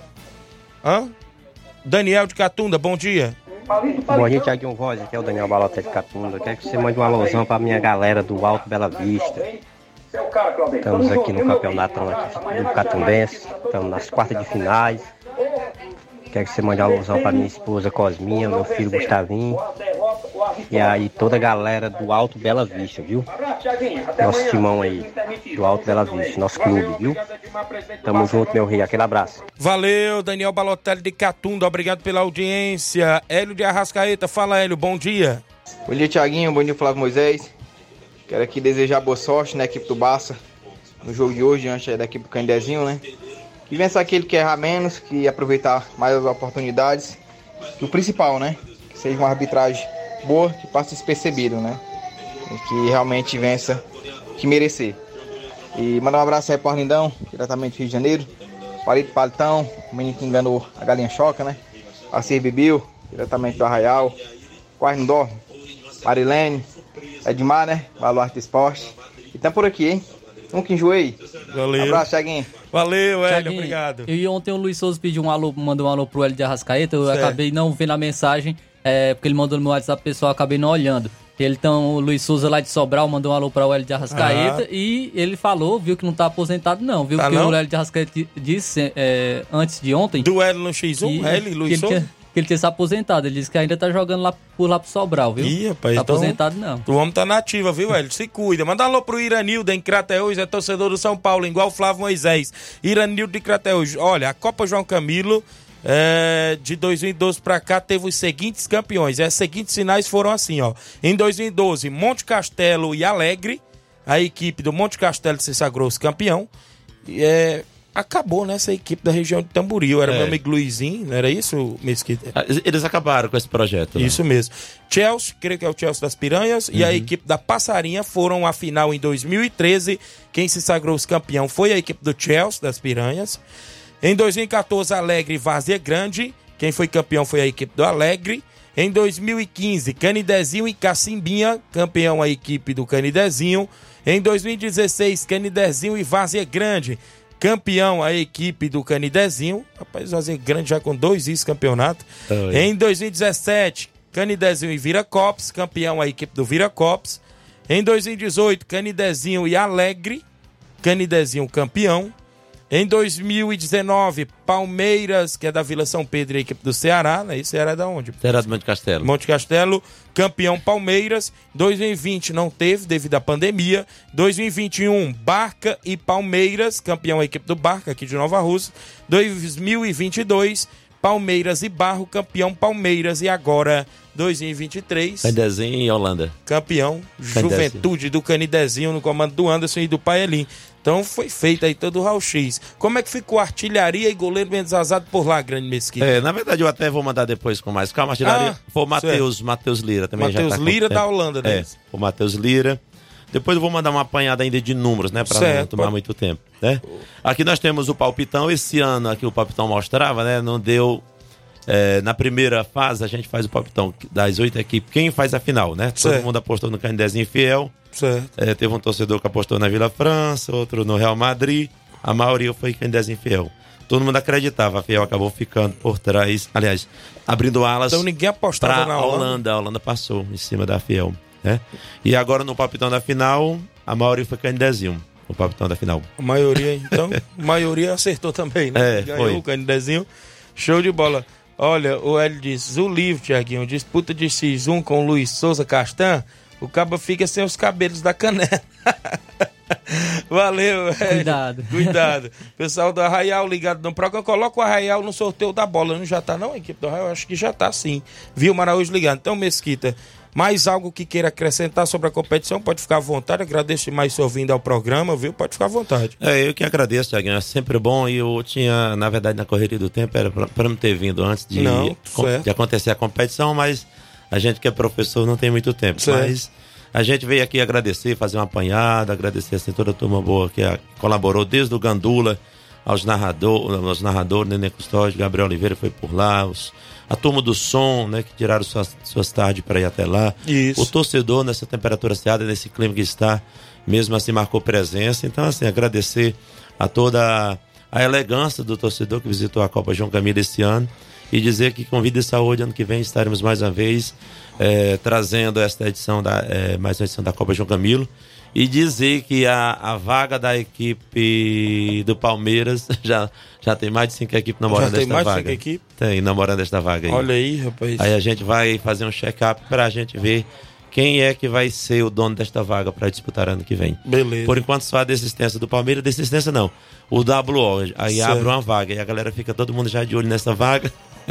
Daniel de Catunda, bom dia. Bom dia, Tiaguinho Voz, aqui é o Daniel Balota de Catunda. Quero que você mande uma alusão para minha galera do Alto Bela Vista. Estamos aqui no campeonato do Catundense, estamos nas quartas de finais. Quero que você mande uma alusão para minha esposa Cosminha, meu filho Gustavinho e aí toda a galera do Alto Bela Vista, viu? Nosso timão aí do Alto Bela Vista, nosso clube, viu? Tamo junto, meu rei, aquele abraço. Valeu, Daniel Balotelli de Catunda, obrigado pela audiência. Hélio de Arrascaeta, fala Hélio, bom dia. Bom dia, Tiaguinho, bom dia, Flávio Moisés. Quero aqui desejar boa sorte na equipe do Barça no jogo de hoje, diante da equipe do Candezinho, né? Que vença aquele que errar menos, que aproveitar mais as oportunidades. E o principal, né? Que seja uma arbitragem boa, que passe despercebido, né? E que realmente vença o que merecer. E mandar um abraço aí pro Arlindão, diretamente do Rio de Janeiro. Palito Palitão, o menino que enganou a galinha choca, né? Arcir Bibil, diretamente do Arraial. Quase não dorme. Marilene. Edmar, né? Baluarte do Esporte. E tá por aqui, hein? Nunca enjoei. Valeu. Abraço, Thiaguinho. Valeu, Hélio, obrigado. E ontem o Luiz Souza pediu um alô, mandou um alô pro Hélio de Arrascaeta. Eu acabei não vendo a mensagem, porque ele mandou no meu WhatsApp pessoal, acabei não olhando. Então, o Luiz Souza lá de Sobral mandou um alô para o Hélio de Arrascaeta e ele falou, viu que não tá aposentado não, viu? Porque o Hélio de Arrascaeta disse antes de ontem... Do Hélio no X1, Hélio e Luiz Souza? Que ele tinha se aposentado. Ele disse que ainda tá jogando lá pro Sobral, viu? Ih, rapaz, tá então, aposentado não. O homem tá nativa, viu, Hélio? Se cuida. Manda um alô pro Iranildo em Crateús, é torcedor do São Paulo, igual o Flávio Moisés. Iranildo de Crateús. Olha, a Copa João Camilo de 2012 pra cá teve os seguintes campeões. As seguintes finais foram assim, ó. Em 2012, Monte Castelo e Alegre. A equipe do Monte Castelo se sagrou-se campeão. Acabou, né, essa equipe da região de Tamboril. Era meu amigo Luizinho, não era isso, Mesquita? Eles acabaram com esse projeto. Isso mesmo. Chelsea, creio que é o Chelsea das Piranhas, e a equipe da Passarinha foram à final em 2013. Quem se sagrou-se campeão foi a equipe do Chelsea das Piranhas. Em 2014, Alegre e Várzea Grande. Quem foi campeão foi a equipe do Alegre. Em 2015, Canidezinho e Cacimbinha, campeão a equipe do Canidezinho. Em 2016, Canidezinho e Várzea Grande, campeão a equipe do Canidezinho. Rapaz, Várzea Grande já com 2 vice-campeonatos. Em 2017, Canidezinho e Viracopos, campeão a equipe do Viracopos. Em 2018, Canidezinho e Alegre, Canidezinho campeão. Em 2019, Palmeiras, que é da Vila São Pedro, a equipe do Ceará, né? E Ceará é da onde? Ceará do Monte Castelo. Monte Castelo, campeão Palmeiras. 2020 não teve, devido à pandemia. 2021, Barca e Palmeiras, campeão a equipe do Barca, aqui de Nova Rússia. 2022, Palmeiras e Barro, campeão Palmeiras. E agora, 2023... Canidezinho e Holanda. Campeão, Juventude do Canidezinho, no comando do Anderson e do Paelim. Então foi feito aí todo o raio-x. Como é que ficou a artilharia e goleiro Benzazado por lá, Grande Mesquita? Na verdade eu até vou mandar depois com mais calma. A artilharia foi o Matheus Lira também. Matheus Lira da Holanda, né? O Matheus Lira. Depois eu vou mandar uma apanhada ainda de números, né? Pra não tomar muito tempo, né? Aqui nós temos o palpitão. Esse ano aqui o palpitão mostrava, né? Não deu... na primeira fase a gente faz o palpitão das 8 equipes. Quem faz a final, né? Todo mundo apostou no Canidezinho Fiel. Teve um torcedor que apostou na Vila França, outro no Real Madrid. a maioria foi Canidezinho e Fiel. Todo mundo acreditava, a Fiel acabou ficando por trás, aliás, abrindo alas. Então ninguém apostava na Holanda. A Holanda passou em cima da Fiel, né? E agora no palpitão da final, a maioria foi Canidezinho, o palpitão da final. A maioria, então, a maioria acertou também, né? Ganhou foi. O Canidezinho, show de bola. Olha, o Hélio diz, o livro, Tiaguinho, disputa de X1 com o Luiz Souza Castan, o cabo fica sem os cabelos da canela. Valeu, cuidado. Pessoal do Arraial ligado no programa, coloca o Arraial no sorteio da bola. Não já tá não, a equipe do Arraial? Acho que já tá sim. Viu, Maraújo ligado. Então, Mesquita, mais algo que queira acrescentar sobre a competição, pode ficar à vontade. Agradeço demais sua vinda ao programa, viu? Pode ficar à vontade. Eu que agradeço, Tiaguinho. É sempre bom. E eu tinha, na verdade, na correria do tempo, era para não ter vindo antes de acontecer a competição, mas a gente que é professor não tem muito tempo. Certo. Mas a gente veio aqui agradecer, fazer uma apanhada, agradecer assim, toda a turma boa que colaborou, desde o Gandula aos narradores, Nenê Custódio, Gabriel Oliveira foi por lá, a turma do som, né, que tiraram suas tardes para ir até lá. Isso. O torcedor nessa temperatura cerrada, nesse clima que está, mesmo assim marcou presença. Então, assim, agradecer a toda a elegância do torcedor que visitou a Copa João Camilo esse ano e dizer que com vida e saúde, ano que vem estaremos mais uma vez trazendo esta edição mais uma edição da Copa João Camilo, e dizer que a vaga da equipe do Palmeiras já tem mais de 5 equipes namorando esta vaga. Já tem mais de 5 equipes? Tem, namorando esta vaga aí. Olha aí, rapaz. Aí a gente vai fazer um check-up pra gente ver quem é que vai ser o dono desta vaga para disputar ano que vem. Beleza. Por enquanto só a desistência do Palmeiras, desistência não, o WO, aí certo. Abre uma vaga e a galera fica todo mundo já de olho nessa vaga.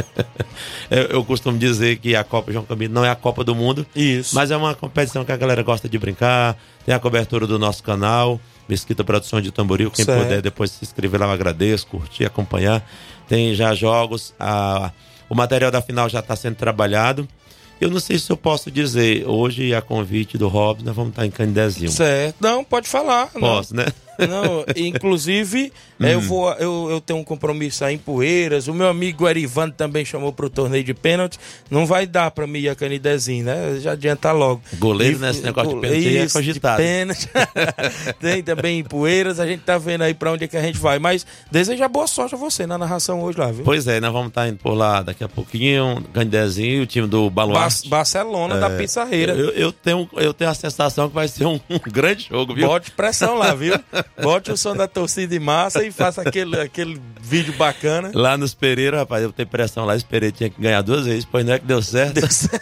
Eu costumo dizer que a Copa João Camilo não é a Copa do Mundo. Isso. Mas é uma competição que a galera gosta de brincar. Tem a cobertura do nosso canal, Mesquita Produções de Tamboril. Quem certo. Puder depois se inscrever lá, eu agradeço, curtir, acompanhar. Tem já jogos, o material da final já está sendo trabalhado. Eu não sei se eu posso dizer, hoje a convite do Robson, nós vamos estar em Canidezinho. Certo, não, pode falar. Posso, né? Não, inclusive, eu tenho um compromisso aí em Poeiras. O meu amigo Erivando também chamou pro torneio de pênalti. Não vai dar pra mim ir a Canidezinho, né? Já adianta logo. Goleiro, né? Esse negócio de pênalti é cogitado. Pênalti. Tem também em Poeiras. A gente tá vendo aí pra onde é que a gente vai. Mas deseja boa sorte a você na narração hoje lá, viu? Pois é, nós vamos estar indo por lá daqui a pouquinho. Canidezinho, o time do Baluarte. Barcelona da Pizzarreira. Eu tenho a sensação que vai ser um grande jogo, viu? Bote pressão lá, viu? Bote o som da torcida em massa e faça aquele vídeo bacana. Lá nos Pereira, rapaz, eu tenho pressão lá. Esse Pereira tinha que ganhar 2 vezes, pois não é que deu certo.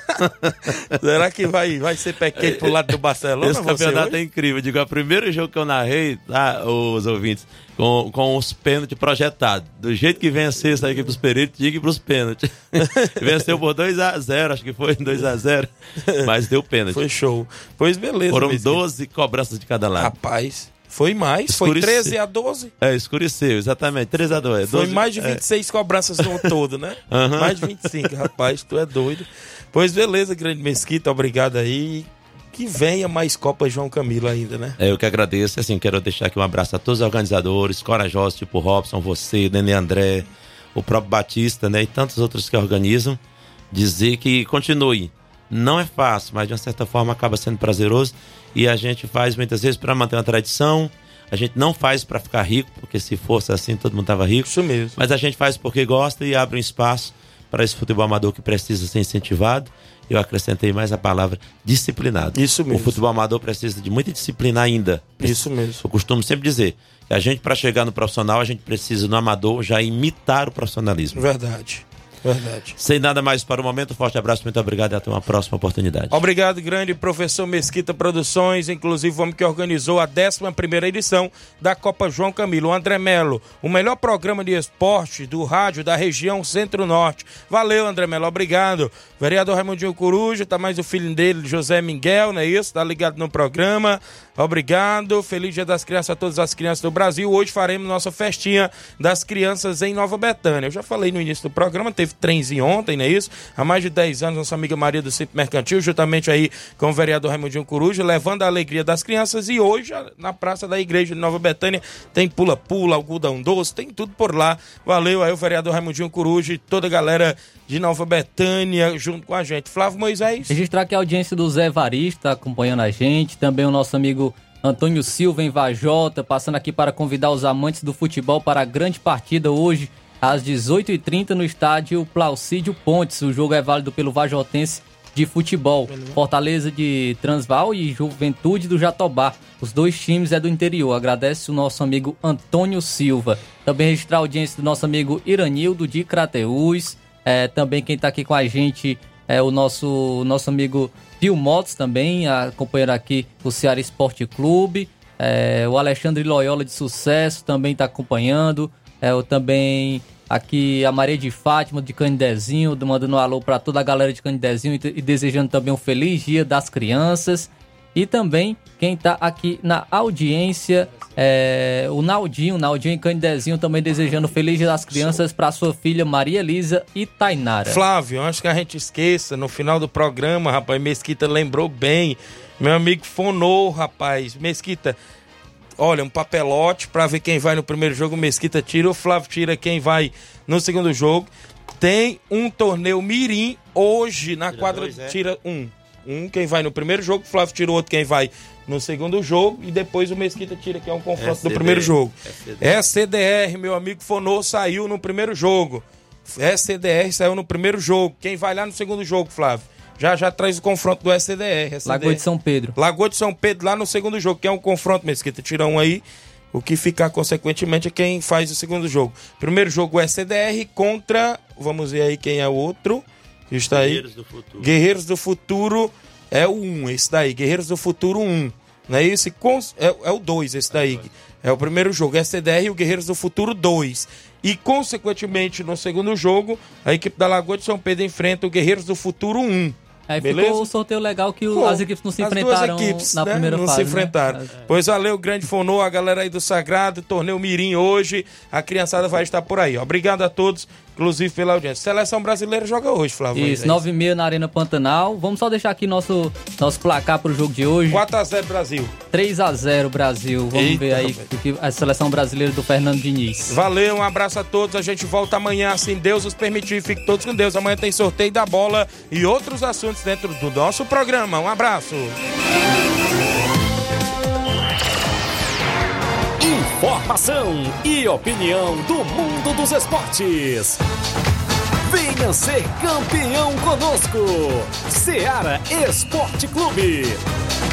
Será que vai ser pé quente pro lado do Barcelona? Esse campeonato é incrível. Eu digo, o primeiro jogo que eu narrei, tá, os ouvintes, com os pênaltis projetados. Do jeito que vencer essa equipe dos Pereira, tinha que ir pros pênaltis. Venceu por 2-0, acho que foi 2-0, mas deu pênalti. Foi show. Pois beleza. Foram 12 cobranças de cada lado. Rapaz, foi mais, foi 13-12. Escureceu, exatamente, 3-2. Foi mais de 26 cobranças no todo, né? Uhum. Mais de 25, rapaz, tu é doido. Pois beleza, grande Mesquita, obrigado aí. Que venha mais Copa João Camilo ainda, né? Eu que agradeço, assim, quero deixar aqui um abraço a todos os organizadores, corajosos, tipo Robson, você, Nenê André, o próprio Batista, né? E tantos outros que organizam. Dizer que continue. Não é fácil, mas de uma certa forma acaba sendo prazeroso. E a gente faz muitas vezes para manter uma tradição. A gente não faz para ficar rico, porque se fosse assim todo mundo estava rico. Isso mesmo. Mas a gente faz porque gosta e abre um espaço para esse futebol amador que precisa ser incentivado. Eu acrescentei mais a palavra disciplinado. Isso mesmo. O futebol amador precisa de muita disciplina ainda. Isso mesmo. Eu costumo sempre dizer que a gente, para chegar no profissional, a gente precisa no amador já imitar o profissionalismo. Verdade. Sem nada mais para o momento, forte abraço, muito obrigado e até uma próxima oportunidade. Obrigado, grande professor Mesquita Produções, inclusive o homem que organizou a 11ª edição da Copa João Camilo, o André Melo, o melhor programa de esporte do rádio da região Centro-Norte. Valeu, André Melo, obrigado. Vereador Raimundinho Coruja, tá mais o filho dele, José Miguel, não é isso? Tá ligado no programa. Obrigado, feliz Dia das Crianças a todas as crianças do Brasil. Hoje faremos nossa festinha das crianças em Nova Betânia. Eu já falei no início do programa, teve trenzinho ontem, não é isso? Há mais de 10 anos, nossa amiga Maria do Centro Mercantil, juntamente aí com o vereador Raimundinho Coruja, levando a alegria das crianças. E hoje, na Praça da Igreja de Nova Betânia, tem pula-pula, algodão doce, tem tudo por lá. Valeu aí o vereador Raimundinho Coruja e toda a galera de Nova Betânia junto com a gente. Flávio Moisés. Registrar aqui a audiência do Zé Varista acompanhando a gente, também o nosso amigo Antônio Silva em Vajota, passando aqui para convidar os amantes do futebol para a grande partida hoje, às 18h30, no estádio Placídio Pontes. O jogo é válido pelo Vajotense de futebol. Fortaleza de Transvaal e Juventude do Jatobá. Os dois times é do interior. Agradece o nosso amigo Antônio Silva. Também registrar a audiência do nosso amigo Iranildo de Crateús. Também quem está aqui com a gente é o nosso amigo Pio Motos também, acompanhando aqui o Ceará Esporte Clube. O Alexandre Loyola de Sucesso também está acompanhando. Também aqui a Maria de Fátima de Canidezinho, mandando um alô para toda a galera de Canidezinho e desejando também um feliz Dia das Crianças. E também quem está aqui na audiência, o Naldinho em Canidezinho, também desejando feliz Dia das Crianças para sua filha Maria Elisa e Tainara. Flávio, antes que a gente esqueça, no final do programa, rapaz, Mesquita lembrou bem, meu amigo Fonô, rapaz, Mesquita, olha, um papelote pra ver quem vai no primeiro jogo, o Mesquita tira, o Flávio tira quem vai no segundo jogo. Tem um torneio mirim hoje na quadra, tira um quem vai no primeiro jogo, o Flávio tira o outro quem vai no segundo jogo e depois o Mesquita tira quem é um confronto do primeiro jogo. SCDR, meu amigo Fonô, saiu no primeiro jogo. SCDR saiu no primeiro jogo. Quem vai lá no segundo jogo, Flávio? Já traz o confronto do SCDR. Lagoa de São Pedro. Lagoa de São Pedro lá no segundo jogo, que é um confronto, Mesquita. Tira um aí. O que ficar, consequentemente, é quem faz o segundo jogo. Primeiro jogo, o SCDR contra... Vamos ver aí quem é o outro. Que está aí. Guerreiros do Futuro. Guerreiros do Futuro é o 1, esse daí. Guerreiros do Futuro 1. Não é isso? É o 2, esse daí. É o primeiro jogo. SCDR e o Guerreiros do Futuro 2. E, consequentemente, no segundo jogo, a equipe da Lagoa de São Pedro enfrenta o Guerreiros do Futuro 1. Aí ficou o sorteio legal que as equipes não se enfrentaram na primeira fase. Não se enfrentaram. Né? Pois valeu, grande Fonô, a galera aí do Sagrado, torneio Mirim hoje, a criançada vai estar por aí. Obrigado a todos, inclusive pela audiência. Seleção brasileira joga hoje, Flávio. Isso, 9h30 na Arena Pantanal. Vamos só deixar aqui nosso placar pro jogo de hoje. 4x0 Brasil. 3x0 Brasil. Vamos ver aí a seleção brasileira do Fernando Diniz. Valeu, um abraço a todos. A gente volta amanhã, assim Deus os permitir. Fiquem todos com Deus. Amanhã tem sorteio da bola e outros assuntos dentro do nosso programa. Um abraço. Informação e opinião do mundo dos esportes. Venha ser campeão conosco. Ceará Esporte Clube.